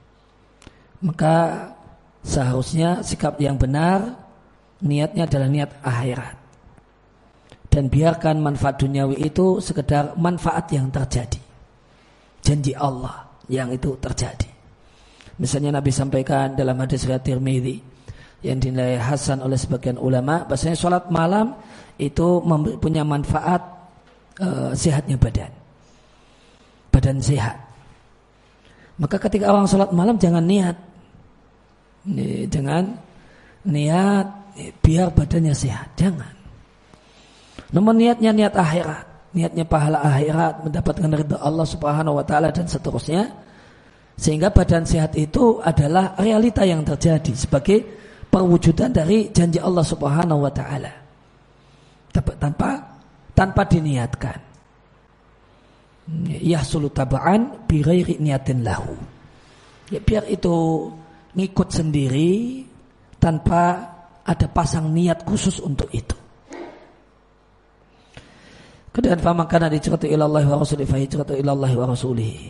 maka seharusnya sikap yang benar niatnya adalah niat akhirat, dan biarkan manfaat duniawi itu sekedar manfaat yang terjadi, janji Allah yang itu terjadi. Misalnya Nabi sampaikan dalam hadis riwayat Tirmidzi yang dinilai hasan oleh sebagian ulama, bahasanya sholat malam itu punya manfaat uh, sehatnya badan, badan sehat. Maka ketika orang sholat malam jangan niat, jangan niat biar badannya sehat, jangan. Namun niatnya niat akhirat, niatnya pahala akhirat, mendapatkan ridha Allah Subhanahu wa taala dan seterusnya, sehingga badan sehat itu adalah realita yang terjadi sebagai perwujudan dari janji Allah Subhanahu wa taala, tanpa tanpa diniatkan. Yahsulu taba'an bi ghairi niatin lahu, ya biar itu ngikut sendiri tanpa ada pasang niat khusus untuk itu. Kemudian faman kana hijratu ila Allah wa rasulihi fa hijratu ila Allah wa rasulihi.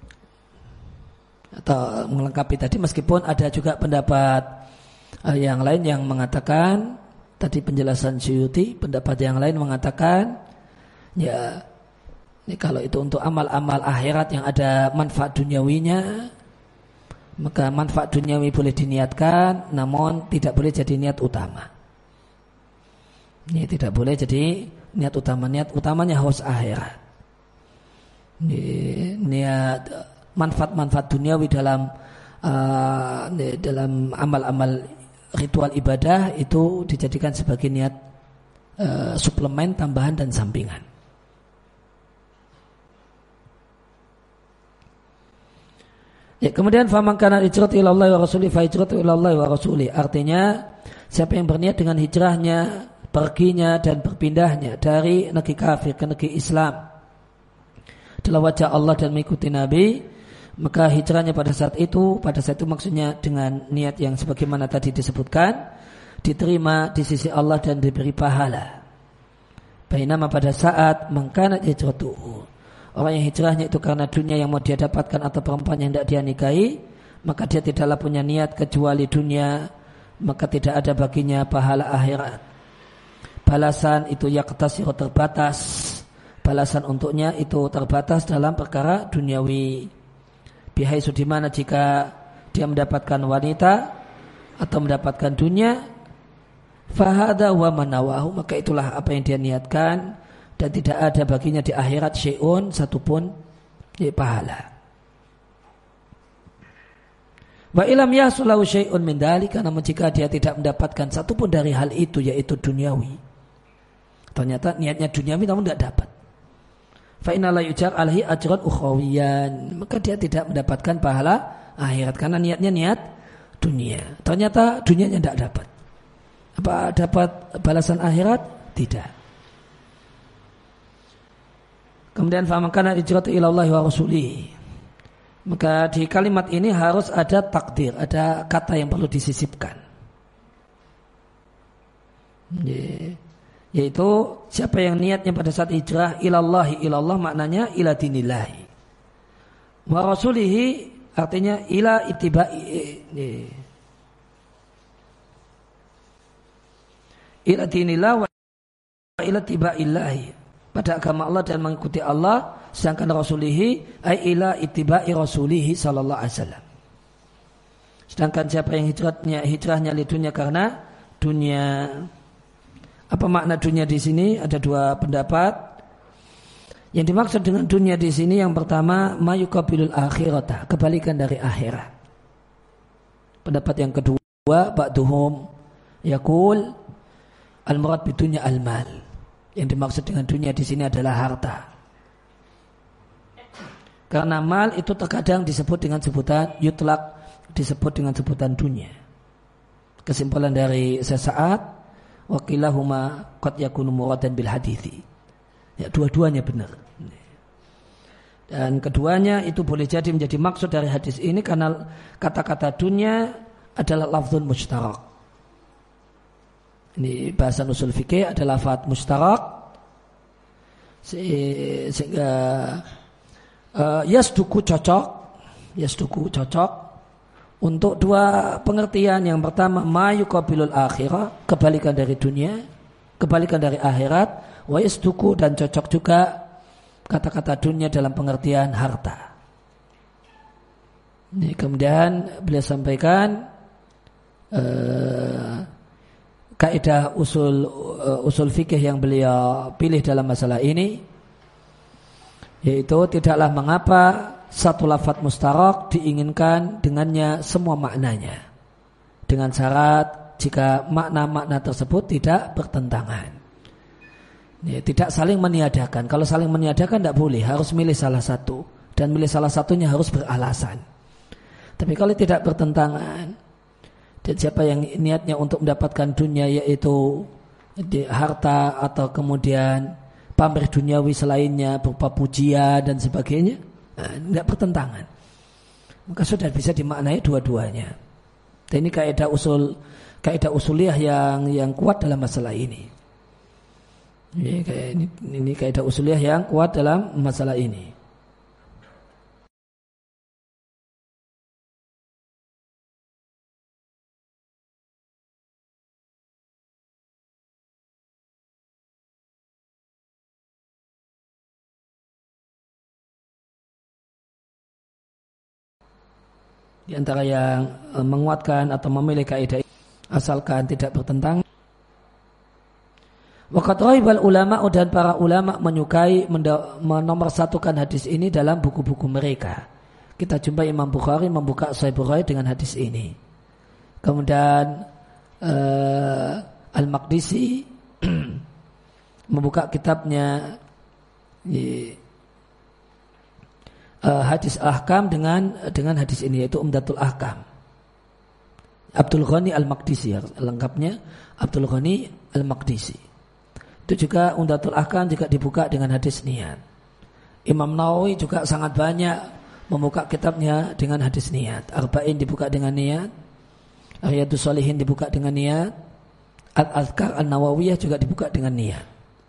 Atau melengkapi tadi, meskipun ada juga pendapat uh, yang lain yang mengatakan, tadi penjelasan Suyuti, pendapat yang lain mengatakan ya ini kalau itu untuk amal-amal akhirat yang ada manfaat duniawinya, maka manfaat duniawi boleh diniatkan, namun tidak boleh jadi niat utama. Ini tidak boleh jadi niat utama. Niat utamanya harus akhirat. Ini, niat manfaat-manfaat duniawi dalam uh, dalam amal-amal ritual ibadah itu dijadikan sebagai niat uh, suplemen, tambahan dan sampingan. Ya, kemudian faman kana hijratu ila Allah wa rasulihi fa hijratu ila Allah wa rasulihi. Artinya siapa yang berniat dengan hijrahnya, perginya dan berpindahnya dari negeri kafir ke negeri Islam adalah wajah Allah dan mengikuti Nabi, maka hijrahnya pada saat itu, pada saat itu maksudnya dengan niat yang sebagaimana tadi disebutkan, diterima di sisi Allah dan diberi pahala. Bainama pada saat mangkanat hijratuhu, orang yang hijrahnya itu karena dunia yang mau dia dapatkan atau perempuan yang tidak dia nikahi, maka dia tidaklah punya niat kecuali dunia, maka tidak ada baginya pahala akhirat. Balasan itu yaqtasiru terbatas, balasan untuknya itu terbatas dalam perkara duniawi. Bihaisu di mana jika dia mendapatkan wanita atau mendapatkan dunia, fahada wa manawahu, maka itulah apa yang dia niatkan dan tidak ada baginya di akhirat syai'un satupun ya, pahala. Wa ilam yasulahu syai'un min dzalika, namun jika dia tidak mendapatkan satupun dari hal itu yaitu duniawi, ternyata niatnya duniawi namun tidak dapat, fa inna la yujar alaihi ajran ukhrawiyan, maka dia tidak mendapatkan pahala akhirat karena niatnya niat dunia. Ternyata dunianya tidak dapat. Apa dapat balasan akhirat? Tidak. Kemudian fa man kana hijratu ila Allah wa rasulih, maka di kalimat ini harus ada takdir, ada kata yang perlu disisipkan, yaitu siapa yang niatnya pada saat hijrah ilallahi ilallah, maknanya ila dinillahi, wa rasulihi artinya ila ittiba'i, ila dinillah wa ila ittiba'illahi, pada agama Allah dan mengikuti Allah, sedangkan rasulihi ay ila ittiba'i rasulihi sallallahu alaihi wasallam. Sedangkan siapa yang hijrahnya hijrahnya li dunia karena dunia. Apa makna dunia di sini? Ada dua pendapat. Yang dimaksud dengan dunia di sini yang pertama mayuqabilul akhirata, kebalikan dari akhirat. Pendapat yang kedua, ba'duhum yaqul al-murad bidunya al-mal. Yang dimaksud dengan dunia di sini adalah harta. Karena mal itu terkadang disebut dengan sebutan yutlaq, disebut dengan sebutan dunia. Kesimpulan dari sesaat, wakilahuma qad yakunu muradan bil hadithi. Ya, dua-duanya benar. Dan keduanya itu boleh jadi menjadi maksud dari hadis ini karena kata-kata dunia adalah lafzun mushtarak. Ini bahasa usul fikih adalah lafaz mushtarak, sehingga uh, yasduku cocok, yasduku cocok untuk dua pengertian. Yang pertama ma yuqabilul akhirah, kebalikan dari dunia, kebalikan dari akhirat, wa yasduku, dan cocok juga kata-kata dunia dalam pengertian harta. Ini kemudian beliau sampaikan uh, kaidah usul uh, usul fikih yang beliau pilih dalam masalah ini, yaitu tidaklah mengapa satu lafaz mustarak diinginkan dengannya semua maknanya, dengan syarat jika makna-makna tersebut tidak bertentangan. Ya, tidak saling meniadakan. Kalau saling meniadakan tidak boleh, harus milih salah satu, dan milih salah satunya harus beralasan. Tapi kalau tidak bertentangan, dan siapa yang niatnya untuk mendapatkan dunia yaitu di harta atau kemudian pamer duniawi selainnya berupa pujian dan sebagainya, nah, tidak bertentangan, maka sudah bisa dimaknai dua-duanya. Dan ini kaidah usul kaidah usuliyah yang yang kuat dalam masalah ini. Ini, ini, ini kaidah usuliyah yang kuat dalam masalah ini. Di antara yang menguatkan atau memilih kaidah asalkan tidak bertentangan. Waqad raibal ulama, dan para ulama menyukai menomorsatukan hadis ini dalam buku-buku mereka. Kita jumpa Imam Bukhari membuka Sahih Bukhari dengan hadis ini. Kemudian uh, Al-Maqdisi membuka kitabnya uh, hadis Ahkam dengan dengan hadis ini, yaitu Umdatul Ahkam. Abdul Ghani Al-Maqdisi, lengkapnya Abdul Ghani Al-Maqdisi. Itu juga Umdatul Ahkam juga dibuka dengan hadis niat. Imam Nawawi juga sangat banyak membuka kitabnya dengan hadis niat. Arba'in dibuka dengan niat, Riyadhus Shalihin dibuka dengan niat, Al-Azkar An-Nawawiyah juga dibuka dengan niat.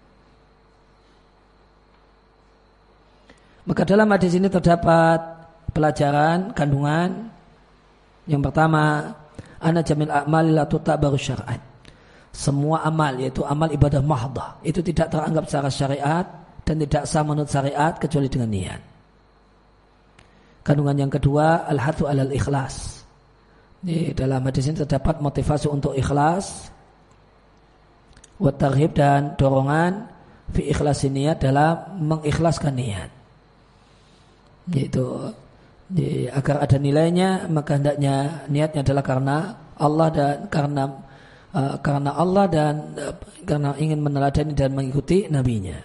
Maka dalam hadis ini terdapat pelajaran kandungan. Yang pertama, ana jamil a'mali la tutabaru syar'an. Semua amal, yaitu amal ibadah mahdhah, itu tidak teranggap secara syariat dan tidak sah menurut syariat kecuali dengan niat. Kandungan yang kedua, al-hathu alal ikhlas. Di dalam hadis ini terdapat motivasi untuk ikhlas, wa tarhib dan dorongan fi ikhlasi niat dalam mengikhlaskan niat. Yaitu di, agar ada nilainya, maka hendaknya niatnya adalah karena Allah dan karena uh, karena Allah dan uh, karena ingin meneladani dan mengikuti nabinya.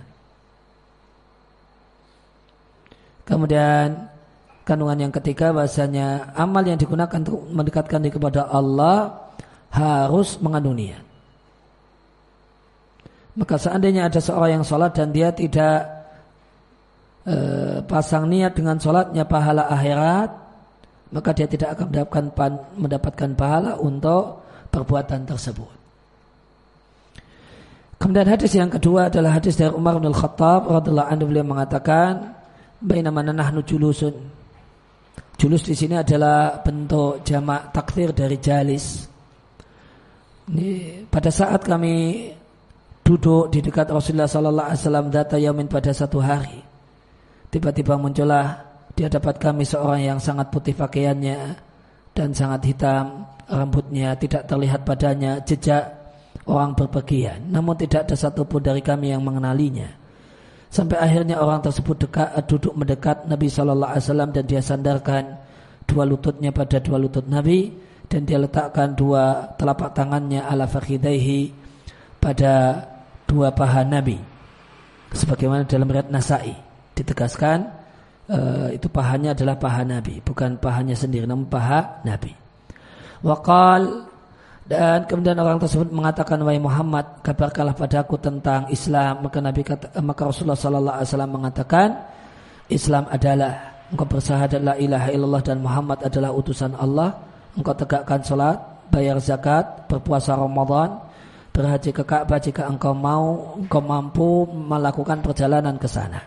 Kemudian kandungan yang ketiga, bahasanya amal yang digunakan untuk mendekatkan diri kepada Allah harus mengandung niat. Maka seandainya ada seorang yang sholat dan dia tidak e, pasang niat dengan sholatnya pahala akhirat, maka dia tidak akan mendapatkan, mendapatkan pahala untuk perbuatan tersebut. Kemudian hadis yang kedua adalah hadis dari Umar bin Khattab radhiyallahu anhu, beliau mengatakan, bainama nahnu julusun. Julus di sini adalah bentuk jamak takdir dari jalis. Ini, pada saat kami duduk di dekat Rasulullah sallallahu alaihi wasallam data yaumin, pada satu hari, tiba-tiba muncullah di hadapan kami seorang yang sangat putih pakaiannya dan sangat hitam rambutnya, tidak terlihat padanya jejak orang berpergian, namun tidak ada satupun dari kami yang mengenalinya. Sampai akhirnya orang tersebut dekat, duduk mendekat Nabi sallallahu alaihi wasallam dan dia sandarkan dua lututnya pada dua lutut Nabi dan dia letakkan dua telapak tangannya ala fakhidaihi, pada dua paha Nabi. Sebagaimana dalam riwayat Nasa'i ditegaskan uh, itu pahanya adalah paha Nabi, bukan pahanya sendiri namun paha Nabi. Waqal, dan kemudian orang tersebut mengatakan, wahai Muhammad, kabarkanlah padaku tentang Islam. Maka Nabi kata, maka Rasulullah sallallahu alaihi wasallam mengatakan, Islam adalah engkau bersyahadat la ilaha illallah dan Muhammad adalah utusan Allah, engkau tegakkan salat, bayar zakat, berpuasa Ramadan, berhaji ke Ka'bah jika engkau mau, engkau mampu melakukan perjalanan ke sana.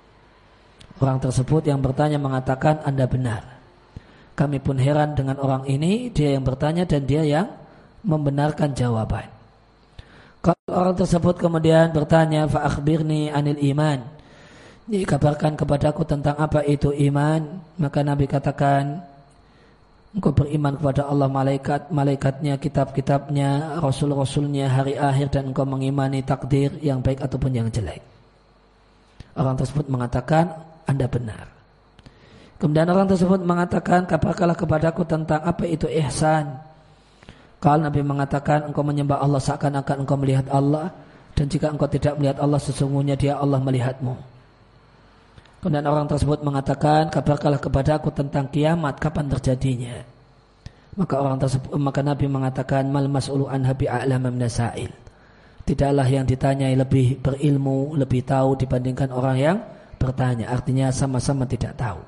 Orang tersebut yang bertanya mengatakan, Anda benar. Kami pun heran dengan orang ini, dia yang bertanya dan dia yang membenarkan jawaban. Kalau orang tersebut kemudian bertanya, fa akhbirni anil iman, dikabarkan kepadaku tentang apa itu iman. Maka Nabi katakan, engkau beriman kepada Allah, malaikat, malaikatnya, kitab-kitabnya, rasul-rasulnya, hari akhir, dan engkau mengimani takdir yang baik ataupun yang jelek. Orang tersebut mengatakan, Anda benar. Kemudian orang tersebut mengatakan, kabarkanlah kepadaku tentang apa itu ihsan. Kalau Nabi mengatakan, engkau menyembah Allah seakan-akan engkau melihat Allah, dan jika engkau tidak melihat Allah, sesungguhnya dia Allah melihatmu. Kemudian orang tersebut mengatakan, kabarkanlah kepada aku tentang kiamat, kapan terjadinya. Maka orang tersebut, maka Nabi mengatakan, mal mas'ulu anha bi'a'lama minasail. Tidaklah yang ditanyai lebih berilmu, lebih tahu dibandingkan orang yang bertanya. Artinya sama-sama tidak tahu.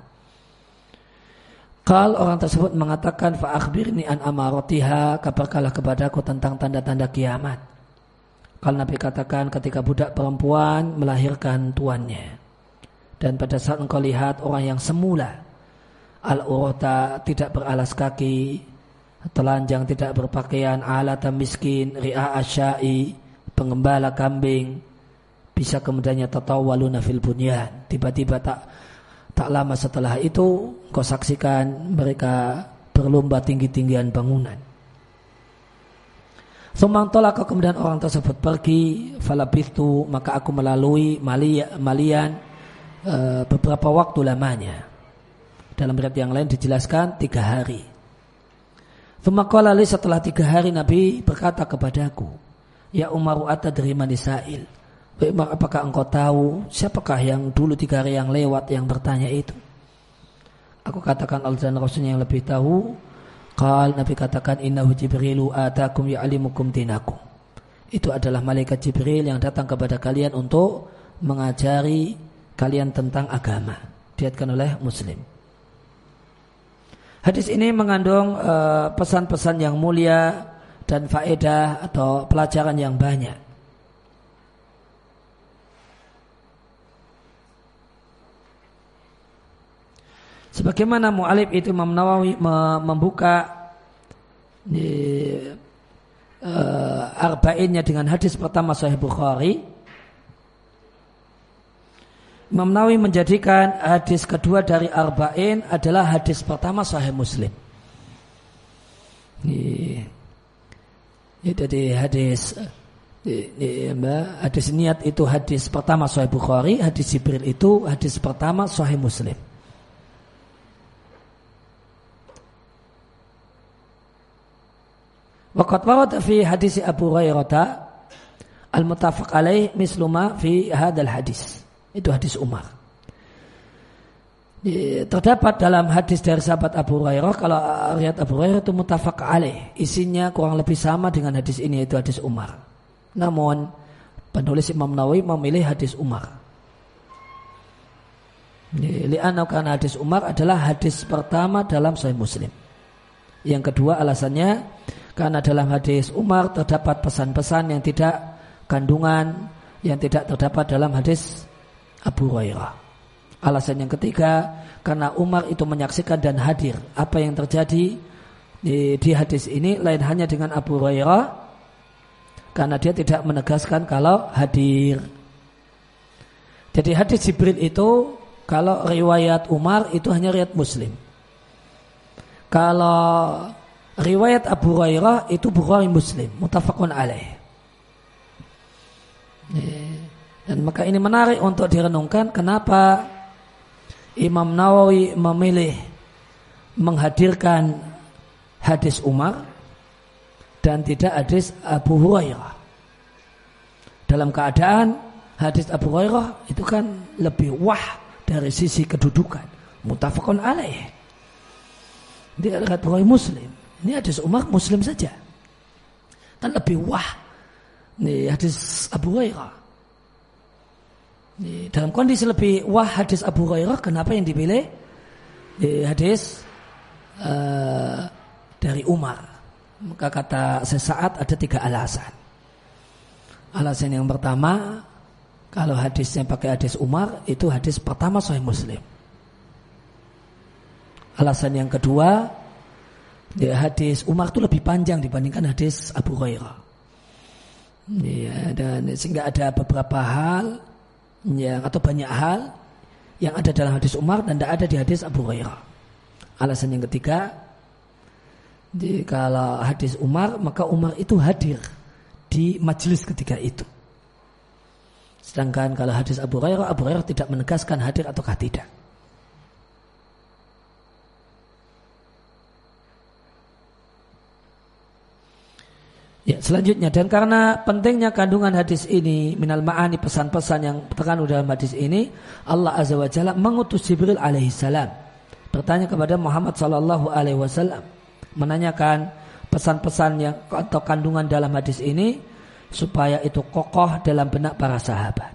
Kalau orang tersebut mengatakan, fa akhbirni an amaratiha, kabarkanlah kepadaku tentang tanda-tanda kiamat. Kalau Nabi katakan, ketika budak perempuan melahirkan tuannya, dan pada saat engkau lihat orang yang semula al-urata, tidak beralas kaki, telanjang, tidak berpakaian, alata miskin, ri'a asyai, pengembala kambing, bisa kemudiannya tatawwaluna fil bunyan, tiba-tiba tak tak lama setelah itu kau saksikan mereka berlomba tinggi-tinggian bangunan. Sumang tolak, kemudian orang tersebut pergi, falabithu, maka aku melalui malian e, beberapa waktu lamanya. Dalam riwayat yang lain dijelaskan tiga hari. Sumaqala li, setelah tiga hari Nabi berkata kepadaku, ya Umaru atadri man sa'il. Umar, apakah engkau tahu siapakah yang dulu tiga hari yang lewat yang bertanya itu? Aku katakan Allah dan Rasulnya yang lebih tahu. Qal, Nabi katakan, innahu Jibrilu atakum ya'limukum dinakum. Itu adalah malaikat Jibril yang datang kepada kalian untuk mengajari kalian tentang agama. Diriwayatkan oleh Muslim. Hadis ini mengandung uh, pesan-pesan yang mulia dan faedah atau pelajaran yang banyak. Sebagaimana mu'alif itu Imam Nawawi membuka di, uh, arba'innya dengan hadis pertama Sahih Bukhari, Imam Nawawi menjadikan hadis kedua dari arba'in adalah hadis pertama Sahih Muslim. Ini, ini jadi hadis ini, hadis niat itu hadis pertama Sahih Bukhari, hadis Jibril itu hadis pertama Sahih Muslim. Waqad warada fi hadis Abu Hurairah al-muttafaq alaih mislu ma fi hadzal hadis. Itu hadis Umar. Terdapat dalam hadis dari sahabat Abu Hurairah, kalau riwayat Abu Hurairah itu muttafaq alaih, isinya kurang lebih sama dengan hadis ini, yaitu hadis Umar. Namun penulis Imam Nawawi memilih hadis Umar. Li'anna karena hadis Umar adalah hadis pertama dalam Sahih Muslim. Yang kedua alasannya karena dalam hadis Umar terdapat pesan-pesan yang tidak kandungan yang tidak terdapat dalam hadis Abu Hurairah. Alasan yang ketiga karena Umar itu menyaksikan dan hadir apa yang terjadi di, di hadis ini, lain hanya dengan Abu Hurairah karena dia tidak menegaskan kalau hadir. Jadi hadis Jibril itu kalau riwayat Umar itu hanya riwayat Muslim. Kalau riwayat Abu Hurairah itu Bukhari Muslim, muttafaqun alaih. Dan maka ini menarik untuk direnungkan kenapa Imam Nawawi memilih menghadirkan hadis Umar dan tidak hadis Abu Hurairah. Dalam keadaan hadis Abu Hurairah itu kan lebih wah dari sisi kedudukan, muttafaqun alaih. Dia riwayat Bukhari Muslim. Ini hadis Umar Muslim saja. Kan lebih wah nih hadis Abu Hurairah. Dalam kondisi lebih wah hadis Abu Hurairah, kenapa yang dipilih di hadis uh, dari Umar? Maka kata sesaat ada tiga alasan. Alasan yang pertama, kalau hadisnya pakai hadis Umar, itu hadis pertama Sahih Muslim. Alasan yang kedua, ya, hadis Umar itu lebih panjang dibandingkan hadis Abu Hurairah. Ya, dan sehingga ada beberapa hal yang atau banyak hal yang ada dalam hadis Umar dan tidak ada di hadis Abu Hurairah. Alasan yang ketiga, di, kalau hadis Umar maka Umar itu hadir di majelis ketika itu. Sedangkan kalau hadis Abu Hurairah, Abu Hurairah tidak menegaskan hadir ataukah tidak. Ya, selanjutnya, dan karena pentingnya kandungan hadis ini, minal ma'ani, pesan-pesan yang terkandung dalam hadis ini, Allah Azza wa Jalla mengutus Jibril alaihi salam bertanya kepada Muhammad sallallahu alaihi wasallam, menanyakan pesan-pesan yang atau kandungan dalam hadis ini supaya itu kokoh dalam benak para sahabat.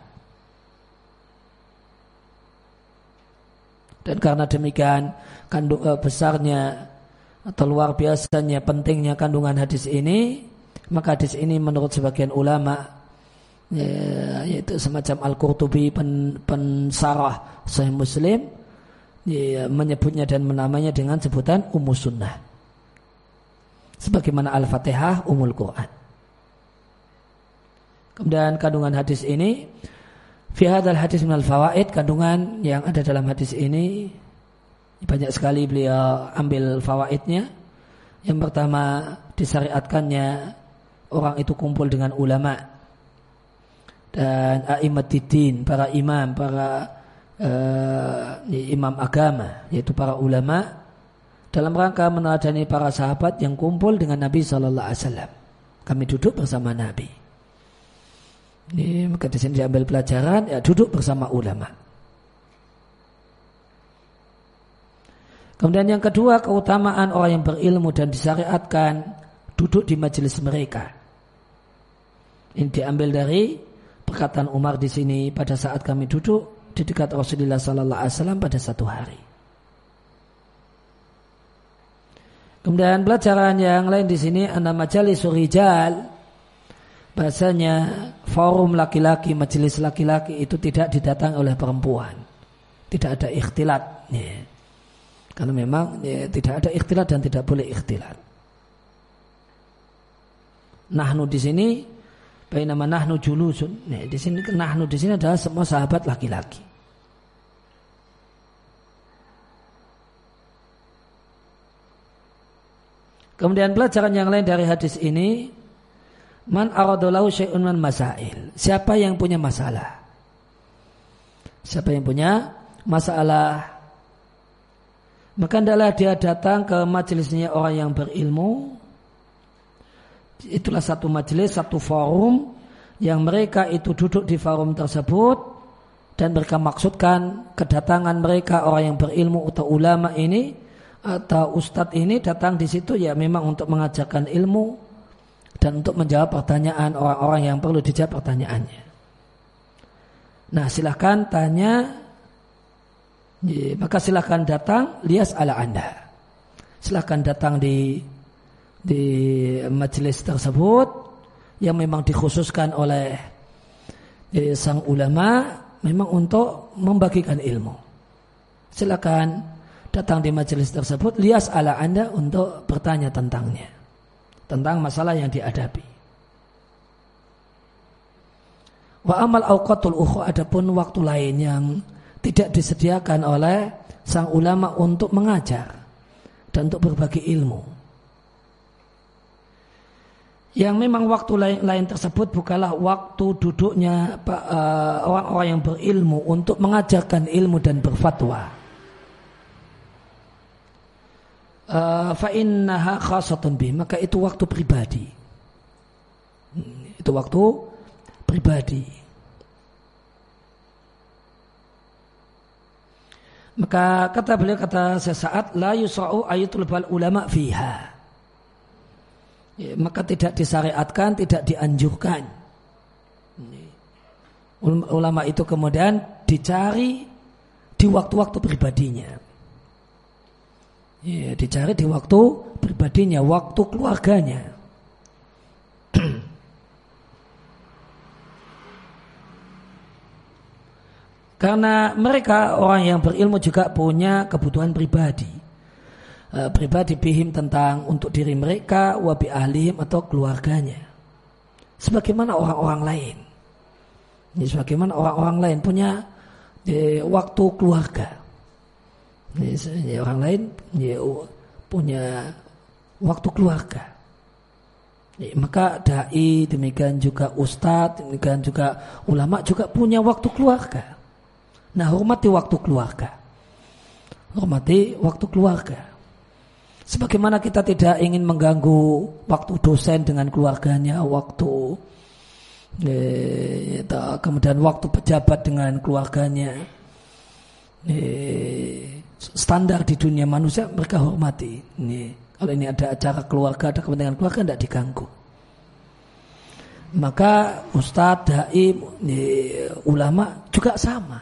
Dan karena demikian kandung eh, besarnya atau luar biasanya pentingnya kandungan hadis ini, maka hadis ini menurut sebagian ulama, ya, yaitu semacam Al-Qurtubi pen, pensarah Sahih Muslim, ya, menyebutnya dan menamanya dengan sebutan Ummus Sunnah, sebagaimana Al-Fatihah Ummul Quran. Kemudian kandungan hadis ini, fi hadzal hadis minal fawaid, kandungan yang ada dalam hadis ini banyak sekali beliau ambil fawaidnya. Yang pertama, disyariatkannya orang itu kumpul dengan ulama dan a'imatuddin, para imam, para uh, imam agama, yaitu para ulama, dalam rangka meneladani para sahabat yang kumpul dengan Nabi sallallahu alaihi wasallam. Kami duduk bersama Nabi. Ini maka di sini diambil pelajaran, ya, duduk bersama ulama. Kemudian yang kedua, keutamaan orang yang berilmu dan disyariatkan duduk di majelis mereka. Ini diambil dari perkataan Umar di sini, pada saat kami duduk di dekat Rasulullah sallallahu alaihi wasallam pada satu hari. Kemudian pelajaran yang lain di sini anna majalisul rijal, bahasanya forum laki-laki, majelis laki-laki itu tidak didatangi oleh perempuan. Tidak ada ikhtilat. Ya. Karena memang ya, tidak ada ikhtilat dan tidak boleh ikhtilat. Nahnu di sini bainama nahnu julusun. Ya, di sini nahnu di sini adalah semua sahabat laki-laki. Kemudian pelajaran yang lain dari hadis ini, man aradolahu syai'un man masail. Siapa yang punya masalah? Siapa yang punya masalah? Maka hendaklah dia datang ke majelisnya orang yang berilmu. Itulah satu majelis, satu forum yang mereka itu duduk di forum tersebut dan mereka maksudkan kedatangan mereka orang yang berilmu atau ulama ini atau ustadz ini datang di situ ya memang untuk mengajarkan ilmu dan untuk menjawab pertanyaan orang-orang yang perlu dijawab pertanyaannya. Nah, silahkan tanya, ya, maka silahkan datang lias ala Anda. Silahkan datang di di majelis tersebut yang memang dikhususkan oleh ya, sang ulama memang untuk membagikan ilmu. Silahkan datang di majelis tersebut lias ala Anda untuk bertanya tentangnya, tentang masalah yang dihadapi. Wa amal awqatul ukhra, adapun waktu lain yang tidak disediakan oleh sang ulama untuk mengajar dan untuk berbagi ilmu. Yang memang waktu lain-lain tersebut bukanlah waktu duduknya uh, orang-orang yang berilmu untuk mengajarkan ilmu dan berfatwa. Uh, fa innaha khasatun bih, maka itu waktu pribadi. Itu waktu pribadi. Maka kata beliau, kata sesaat la yusra'u ayatul bal ulama fiha. Ya, maka tidak disyariatkan, tidak dianjurkan. Ulama itu kemudian dicari di waktu-waktu pribadinya. Ya, dicari di waktu pribadinya, waktu keluarganya. Karena mereka orang yang berilmu juga punya kebutuhan pribadi. E, pribadi bihim tentang untuk diri mereka, wabi ahlihim atau keluarganya. Sebagaimana orang-orang lain. Ini sebagaimana orang-orang lain punya e, waktu keluarga. Ya, orang lain ya, punya waktu keluarga. Ya, maka dai, demikian juga ustadz, demikian juga ulama juga punya waktu keluarga. Nah, hormati waktu keluarga. Hormati waktu keluarga. Sebagaimana kita tidak ingin mengganggu waktu dosen dengan keluarganya, waktu ya, kemudian waktu pejabat dengan keluarganya. Ya, standar di dunia manusia mereka hormati. Ini, kalau ini ada acara keluarga, ada kepentingan keluarga, tidak diganggu. Maka ustadz, dai, ulama juga sama.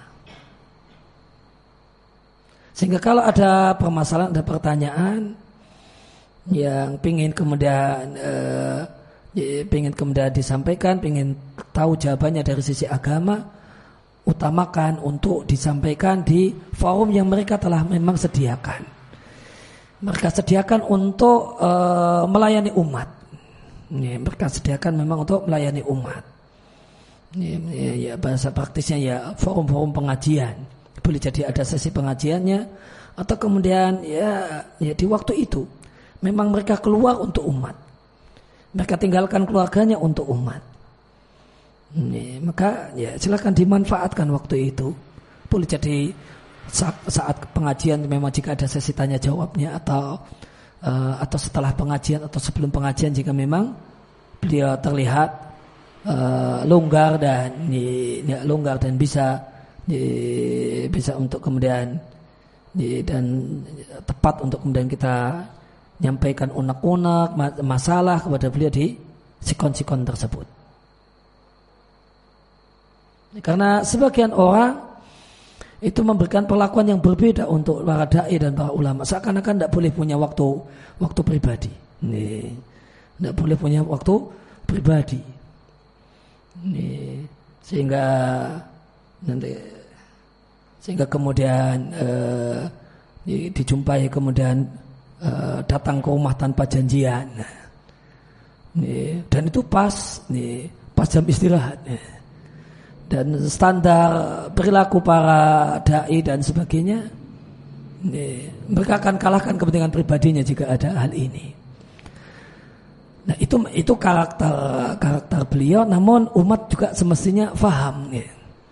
Sehingga kalau ada permasalahan, ada pertanyaan yang pingin kemudian eh, pingin kemudian disampaikan, pingin tahu jawabannya dari sisi agama, utamakan untuk disampaikan di forum yang mereka telah memang sediakan. Mereka sediakan untuk uh, melayani umat. Ya, mereka sediakan memang untuk melayani umat. Ya, ya, ya, bahasa praktisnya ya forum-forum pengajian. Boleh jadi ada sesi pengajiannya, atau kemudian ya, ya di waktu itu memang mereka keluar untuk umat. Mereka tinggalkan keluarganya untuk umat. Ya, maka ya silakan dimanfaatkan waktu itu. Boleh jadi saat, saat pengajian memang jika ada sesi tanya jawabnya, atau uh, atau setelah pengajian atau sebelum pengajian jika memang beliau terlihat uh, longgar dan ya, longgar dan bisa ya, bisa untuk kemudian ya, dan tepat untuk kemudian kita nyampaikan unek-unek masalah kepada beliau di sikon-sikon tersebut. Karena sebagian orang itu memberikan perlakuan yang berbeda untuk para dai dan para ulama. Seakan-akan tidak boleh punya waktu waktu pribadi. Tidak boleh punya waktu pribadi. Nih, sehingga nanti sehingga kemudian eh, dijumpai kemudian eh, datang ke rumah tanpa janjian. Nih, dan itu pas nih, pas jam istirahat. Nih. Dan standar perilaku para dai dan sebagainya, nih, mereka akan kalahkan kepentingan pribadinya jika ada hal ini. Nah itu itu karakter karakter beliau, namun umat juga semestinya faham, ya.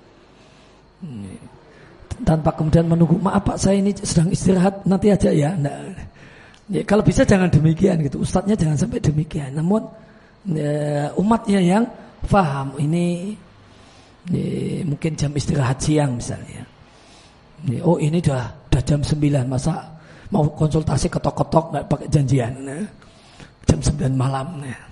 Tanpa kemudian menunggu, maaf Pak saya ini sedang istirahat, nanti aja ya. Nah, ya kalau bisa jangan demikian gitu, ustadznya jangan sampai demikian. Namun ya, umatnya yang faham ini, ya, mungkin jam istirahat siang misalnya. Ya, oh ini dah dah jam sembilan, masa mau konsultasi ketok-ketok nggak pakai janjian? Nah, jam sembilan malam.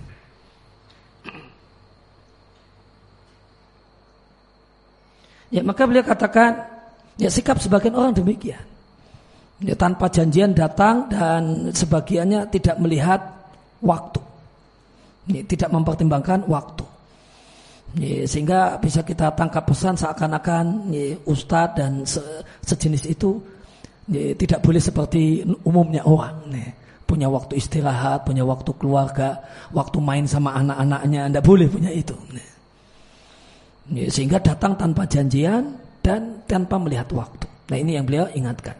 Ya maka beliau katakan, ya sikap sebagian orang demikian. Ya, tanpa janjian datang dan sebagiannya tidak melihat waktu. Ya, tidak mempertimbangkan waktu. Ya, sehingga bisa kita tangkap pesan seakan-akan ya, ustadz dan se sejenis itu ya, tidak boleh seperti umumnya orang. Ya. Punya waktu istirahat, punya waktu keluarga, waktu main sama anak-anaknya, tidak boleh punya itu. Ya, sehingga datang tanpa janjian dan tanpa melihat waktu. Nah ini yang beliau ingatkan.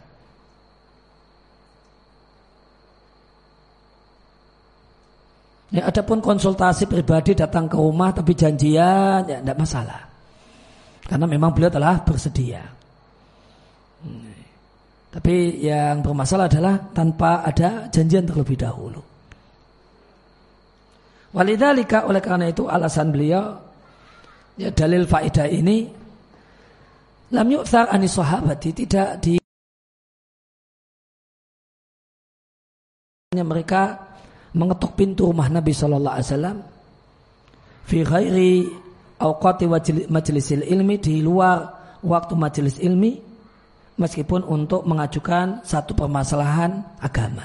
Ya, adapun konsultasi pribadi datang ke rumah tapi janjian, ya tidak masalah. Karena memang beliau telah bersedia. Tapi yang bermasalah adalah tanpa ada janjian terlebih dahulu. Walidzalika, oleh karena itu alasan beliau, ya dalil faedah ini, lam yu'thar anis sahabati, tidak di mereka mengetuk pintu rumah Nabi Sallallahu Alaihi Wasallam fi ghairi awqati majlisil ilmi, di luar waktu majelis ilmi, meskipun untuk mengajukan satu permasalahan agama.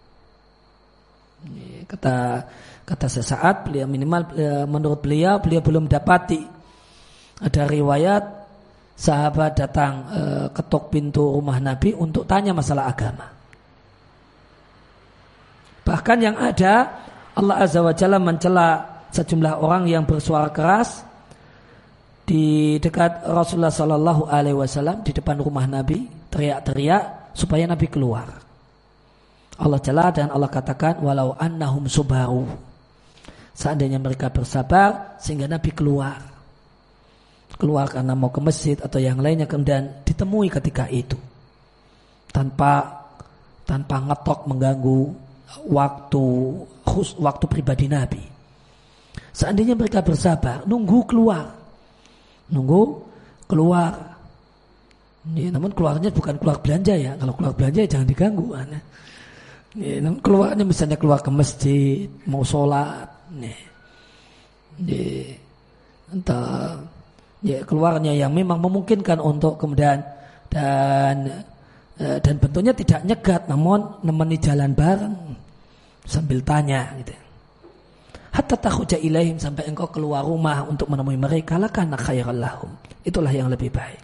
Kata kata sesaat beliau, minimal menurut beliau beliau belum dapati ada riwayat sahabat datang e, ketuk pintu rumah Nabi untuk tanya masalah agama. Bahkan yang ada, Allah Azza wa Jalla mencela sejumlah orang yang bersuara keras di dekat Rasulullah Sallallahu Alaihi Wasallam, di depan rumah Nabi, teriak-teriak supaya Nabi keluar. Allah cela dan Allah katakan, walau annahum subaru, seandainya mereka bersabar sehingga Nabi keluar, keluar karena mau ke masjid atau yang lainnya, kemudian ditemui ketika itu tanpa tanpa ngetok mengganggu waktu khus, waktu pribadi Nabi. Seandainya mereka bersabar, nunggu keluar. Nunggu keluar. Ya, namun keluarnya bukan keluar belanja ya. Kalau keluar belanja ya jangan diganggu. Ya, namun keluarnya misalnya keluar ke masjid, mau sholat. Ya, ya, entah, ya keluarnya yang memang memungkinkan untuk kemudian dan dan bentuknya tidak nyegat, namun nemeni jalan bareng sambil tanya gitu. Hatta takhuja ilaihim, sampai engkau keluar rumah untuk menemui mereka, lakana khairal lahum, itulah yang lebih baik.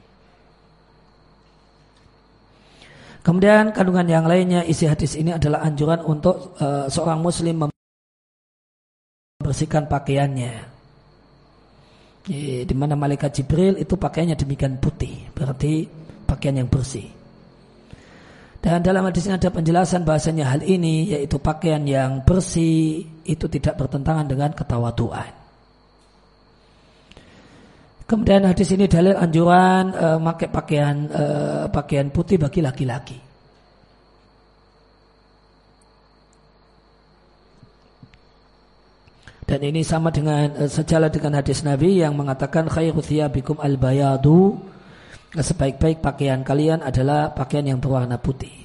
Kemudian kandungan yang lainnya, isi hadis ini adalah anjuran untuk uh, seorang muslim membersihkan pakaiannya. Di mana malaikat Jibril itu pakaiannya demikian putih, berarti pakaian yang bersih. Dan dalam hadis ini ada penjelasan bahasanya hal ini, yaitu pakaian yang bersih itu tidak bertentangan dengan ketawaduan. Kemudian hadis ini dalil anjuran e, pakai pakaian e, pakaian putih bagi laki-laki. Dan ini sama dengan e, sejalan dengan hadis Nabi yang mengatakan khairu thiyabikum al-bayadu, sebaik-baik pakaian kalian adalah pakaian yang berwarna putih.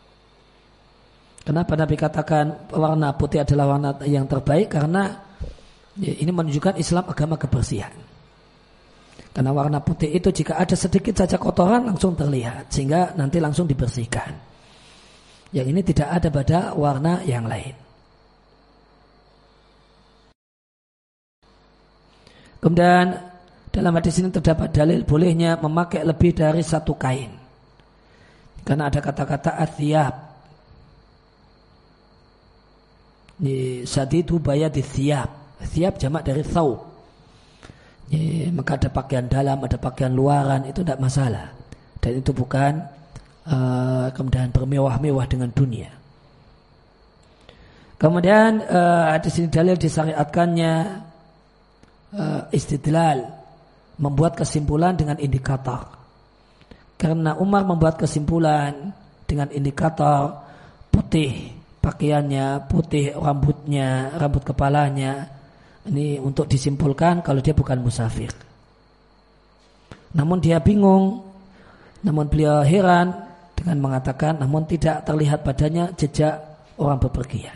Kenapa Nabi katakan warna putih adalah warna yang terbaik? Karena ya, ini menunjukkan Islam agama kebersihan. Karena warna putih itu jika ada sedikit saja kotoran langsung terlihat, sehingga nanti langsung dibersihkan. Yang ini tidak ada pada warna yang lain. Kemudian dalam hadis ini terdapat dalil bolehnya memakai lebih dari satu kain. Karena ada kata-kata athiyab. Ini sadidu bayadi thiyab. Thiyab jamak dari thawb. Ya, maka ada pakaian dalam, ada pakaian luaran, itu tidak masalah. Dan itu bukan uh, kemudian bermewah-mewah dengan dunia. Kemudian uh, di sini dalil disyariatkannya uh, istidlal, membuat kesimpulan dengan indikator. Karena Umar membuat kesimpulan dengan indikator putih pakaiannya, putih rambutnya, rambut kepalanya. Ini untuk disimpulkan kalau dia bukan musafir. Namun dia bingung, namun beliau heran dengan mengatakan, namun tidak terlihat padanya jejak orang bepergian.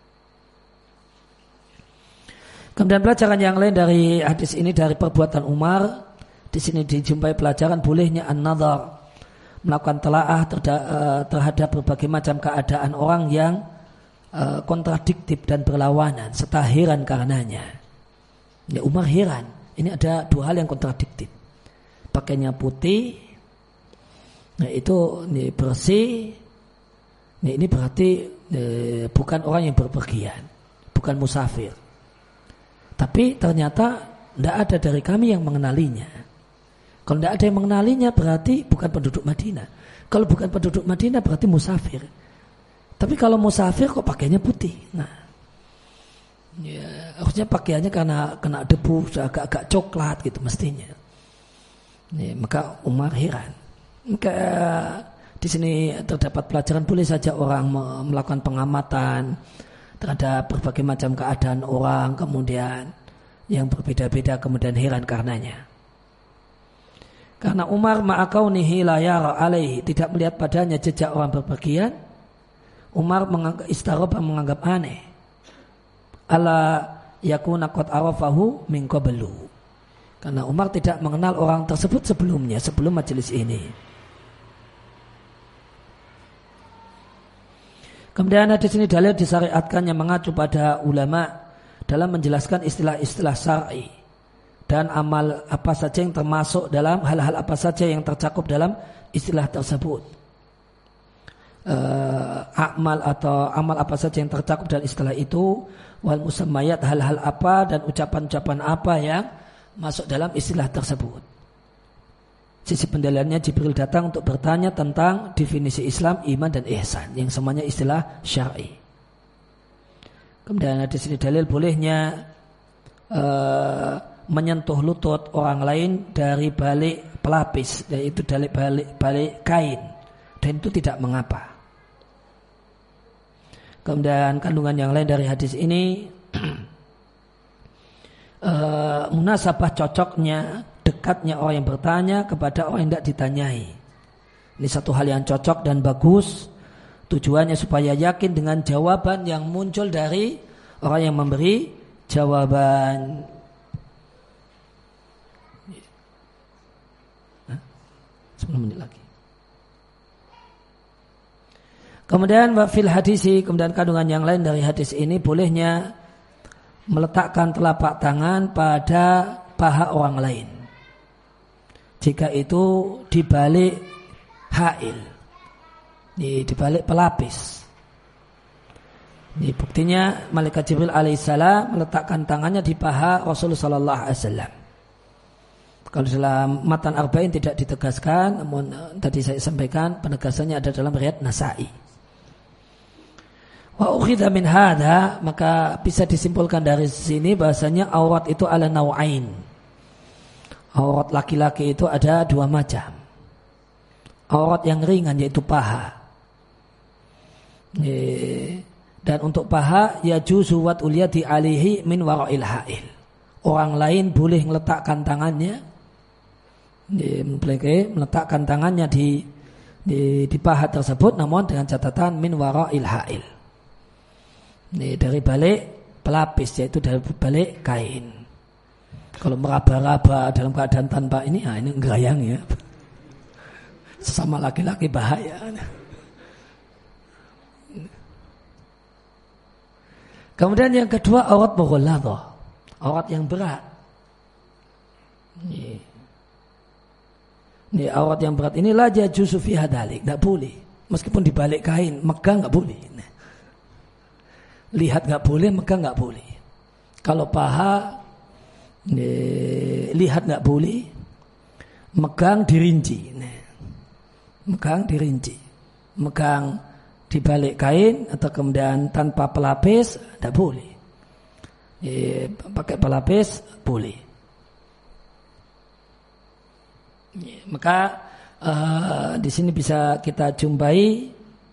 Kemudian pelajaran yang lain dari hadis ini dari perbuatan Umar, di sini dijumpai pelajaran bolehnya an-nadhar, melakukan telaah terhadap berbagai macam keadaan orang yang kontradiktif dan berlawanan, serta heran karenanya. Ya, Umar heran, ini ada dua hal yang kontradiktif. Pakainya putih, nah itu ini bersih, nah ini berarti eh, bukan orang yang berpergian, bukan musafir. Tapi ternyata tidak ada dari kami yang mengenalinya. Kalau tidak ada yang mengenalinya berarti bukan penduduk Madinah. Kalau bukan penduduk Madinah berarti musafir. Tapi kalau musafir kok pakainya putih? Nah, ya, harusnya pakaiannya karena kena debu, agak-agak coklat gitu mestinya. Ya, maka Umar heran. Maka di sini terdapat pelajaran, boleh saja orang melakukan pengamatan terhadap berbagai macam keadaan orang, kemudian yang berbeda-beda, kemudian heran karenanya. Karena Umar ma'akaunihi la yara alaihi, tidak melihat padanya jejak orang berpergian, Umar menganggap istaroba, menganggap aneh. Ala yakuna qad arafahu min qablu. Karena Umar tidak mengenal orang tersebut sebelumnya, sebelum majelis ini. Kemudian hadis ini dalil disyariatkannya mengacu pada ulama dalam menjelaskan istilah-istilah syar'i dan amal apa saja yang termasuk dalam hal-hal apa saja yang tercakup dalam istilah tersebut. Uh, amal atau amal apa saja yang tercakup dalam istilah itu, wal musammayat, hal-hal apa dan ucapan-ucapan apa yang masuk dalam istilah tersebut. Sisi pendalilannya Jibril datang untuk bertanya tentang definisi Islam, iman dan ihsan, yang semuanya istilah syar'i. Kemudian di sini dalil bolehnya uh, menyentuh lutut orang lain dari balik pelapis, yaitu dari balik balik kain, dan itu tidak mengapa. Kemudian kandungan yang lain dari hadis ini uh, munasabah cocoknya, dekatnya orang yang bertanya kepada orang yang tidak ditanyai. Ini satu hal yang cocok dan bagus. Tujuannya supaya yakin dengan jawaban yang muncul dari orang yang memberi jawaban. sepuluh menit lagi. Kemudian fil hadisi, kemudian kandungan yang lain dari hadis ini bolehnya meletakkan telapak tangan pada paha orang lain jika itu dibalik hail, di dibalik pelapis. Ini buktinya malaikat Jibril alaihissalam meletakkan tangannya di paha Rasulullah sallallahu alaihi wasallam. Kalau dalam matan arba'in tidak ditegaskan, namun tadi saya sampaikan penegasannya ada dalam riwayat Nasa'i. Wa ukhidha min hadha, maka bisa disimpulkan dari sini bahasanya aurat itu ala nau'ain. Aurat laki-laki itu ada dua macam. Aurat yang ringan yaitu paha. Dan untuk paha yajuzu wat'ul yadi alihi min wara'il ha'il. Orang lain boleh meletakkan tangannya, meletakkan tangannya di, di di paha tersebut, namun dengan catatan min wara'il ha'il. Ini dari balik pelapis, yaitu dari balik kain. Kalau meraba-raba dalam keadaan tanpa ini, ah ini gerayang ya. Sesama laki-laki bahaya. Kemudian yang kedua aurat mughalladhah, aurat yang berat. Ini, ini aurat yang berat ini la yajuzu fiha dzalik, enggak boleh. Meskipun dibalik kain, megang enggak boleh. Nah, lihat enggak boleh, megang enggak boleh. Kalau paha ini, lihat enggak boleh, megang dirinci. Nah, megang dirinci. Megang di balik kain atau kemudian tanpa pelapis tidak boleh. E, pakai pelapis boleh. E, maka uh, di sini bisa kita jumpai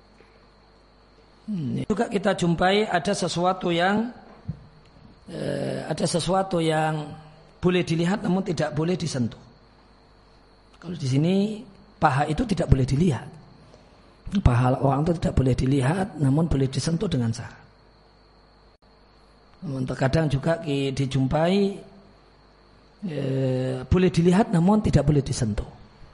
hmm, juga kita jumpai ada sesuatu yang uh, ada sesuatu yang boleh dilihat namun tidak boleh disentuh. Kalau di sini paha itu tidak boleh dilihat. Paha orang itu tidak boleh dilihat, namun boleh disentuh dengan syarat. Namun terkadang juga dijumpai e, boleh dilihat, namun tidak boleh disentuh.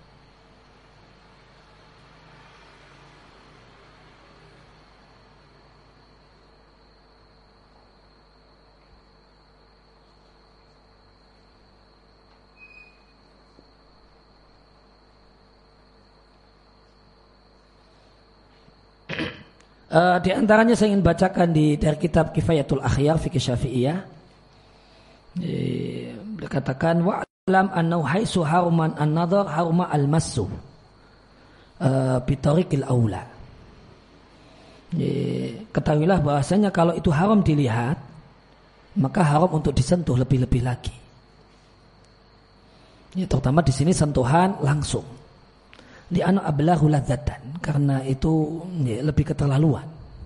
Uh, di antaranya saya ingin bacakan di dari kitab Kifayatul Akhyar Fikih Syafi'iyah. Beliau katakan wa'lam annahu haitsu haruman an-nadhar haruma al-massu bi tariqil aula. Ketahuilah bahwasanya kalau itu haram dilihat, maka haram untuk disentuh lebih-lebih lagi. Ya, terutama di sini sentuhan langsung. Li'anna ablahu ladzatan, karena itu ya, lebih keterlaluan.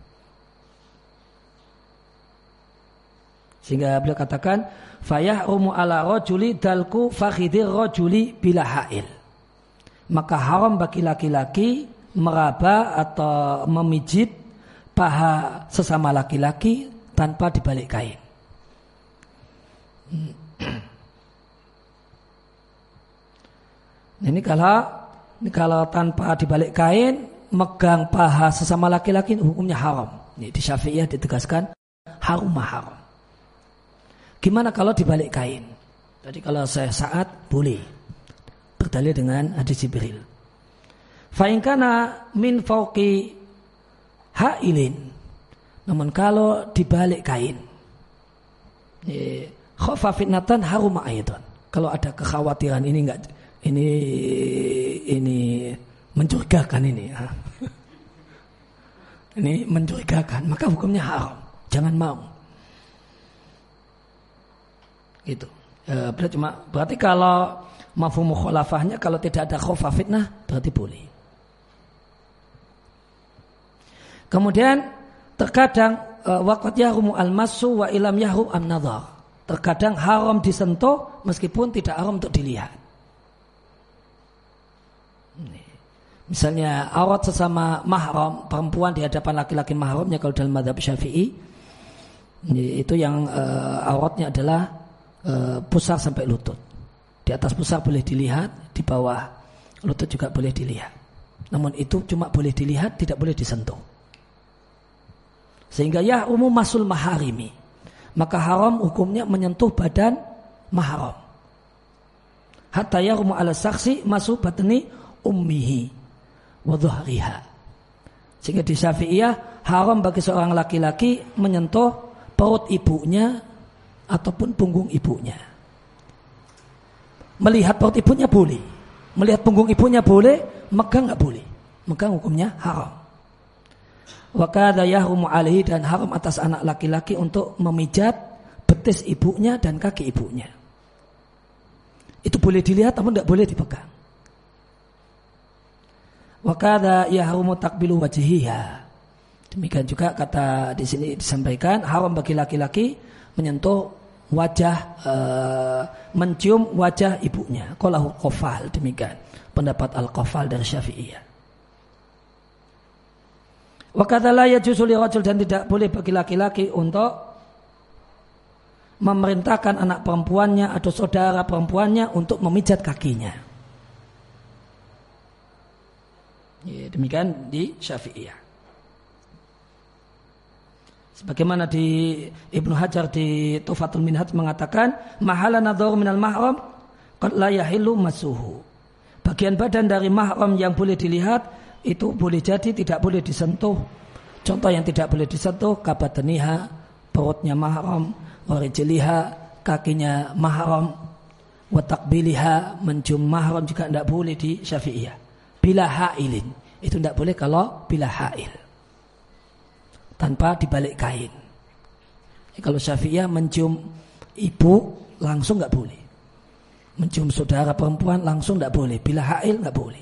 Sehingga beliau katakan fayahrumu ala rajuli dalku fakhidir rajuli bila ha'il. Maka haram bagi laki-laki meraba atau memijit paha sesama laki-laki tanpa dibalik kain. Ini kalau Ini kalau tanpa dibalik kain, megang paha sesama laki-laki hukumnya haram. Ini di Syafi'iyah ditegaskan harum haram. Gimana kalau dibalik kain? Jadi kalau saya saat boleh berdalil dengan hadis Jibril. Fa in kana min fauqi ha'ilin. Namun kalau dibalik kain, khafa fitnatan harum aidan. Kalau ada kekhawatiran ini enggak ini ini mencurigakan ini ya. Ini mencurigakan, maka hukumnya haram, jangan mau gitu. E, berarti cuma berarti kalau mafhum mukhalafahnya kalau tidak ada khaufa fitnah berarti boleh. Kemudian terkadang e, waqad yahrumu al-massu wa ilam yahrum an-nadhar. Terkadang haram disentuh meskipun tidak haram untuk dilihat. Misalnya aurat sesama mahram perempuan di hadapan laki-laki mahramnya kalau dalam mazhab Syafi'i itu yang uh, auratnya adalah uh, pusar sampai lutut. Di atas pusar boleh dilihat, di bawah lutut juga boleh dilihat. Namun itu cuma boleh dilihat, tidak boleh disentuh. Sehingga ya umum masul maharimi. Maka haram hukumnya menyentuh badan mahram. Hatta yarumu ala saksi masuk batni ummihi wa dhuhriha. Sehingga di Syafi'iyah haram bagi seorang laki-laki menyentuh perut ibunya ataupun punggung ibunya. Melihat perut ibunya boleh, melihat punggung ibunya boleh, megang enggak boleh. Megang hukumnya haram. Wa kadza yahrumu alaihi, dan haram atas anak laki-laki untuk memijat betis ibunya dan kaki ibunya. Itu boleh dilihat namun enggak boleh dipegang. Wa kadza yahrumu taqbilu wajhiha. Demikian juga kata di sini disampaikan haram bagi laki-laki menyentuh wajah e, mencium wajah ibunya. Qalahu Qafal, demikian pendapat Al-Qafal dari Syafi'iyah. Wa kadza la yajuzu li rajul, dan tidak boleh bagi laki-laki untuk memerintahkan anak perempuannya atau saudara perempuannya untuk memijat kakinya. Ya, demikian di Syafi'iyah. Sebagaimana di Ibnu Hajar di Tuhfatul Minhaj mengatakan, mahala nadhar minal mahram qad la yahillu masuhu. Bagian badan dari mahram yang boleh dilihat itu boleh jadi tidak boleh disentuh. Contoh yang tidak boleh disentuh, kabataniha, perutnya mahram, warijliha, kakinya mahram, wa takbiliha, mencium mahram juga tidak boleh di Syafi'iyah. Bila hailin, itu tidak boleh kalau bila hail, tanpa dibalik kain. Ya, kalau Syafi'iyah mencium ibu langsung nggak boleh, mencium saudara perempuan langsung nggak boleh, bila hail nggak boleh.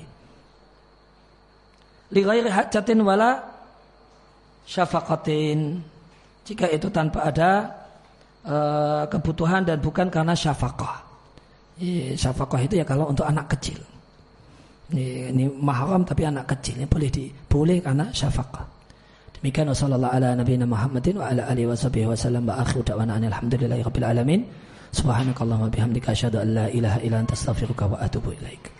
Li ghairi hajatin wala syafaqatin, jika itu tanpa ada uh, kebutuhan dan bukan karena syafaqah. Ya, syafaqah itu ya kalau untuk anak kecil. Ini, ini mahram tapi anak kecil ini boleh di boleh karena syafaqah. Demikian wasallallahu ala nabiyina Muhammadin wa ala alihi washabihi wasallam wa akhiru da'wana alhamdulillahi rabbil alamin. Subhanakallahumma bihamdika asyhadu an la ilaha illa anta astaghfiruka wa atubu ilaik.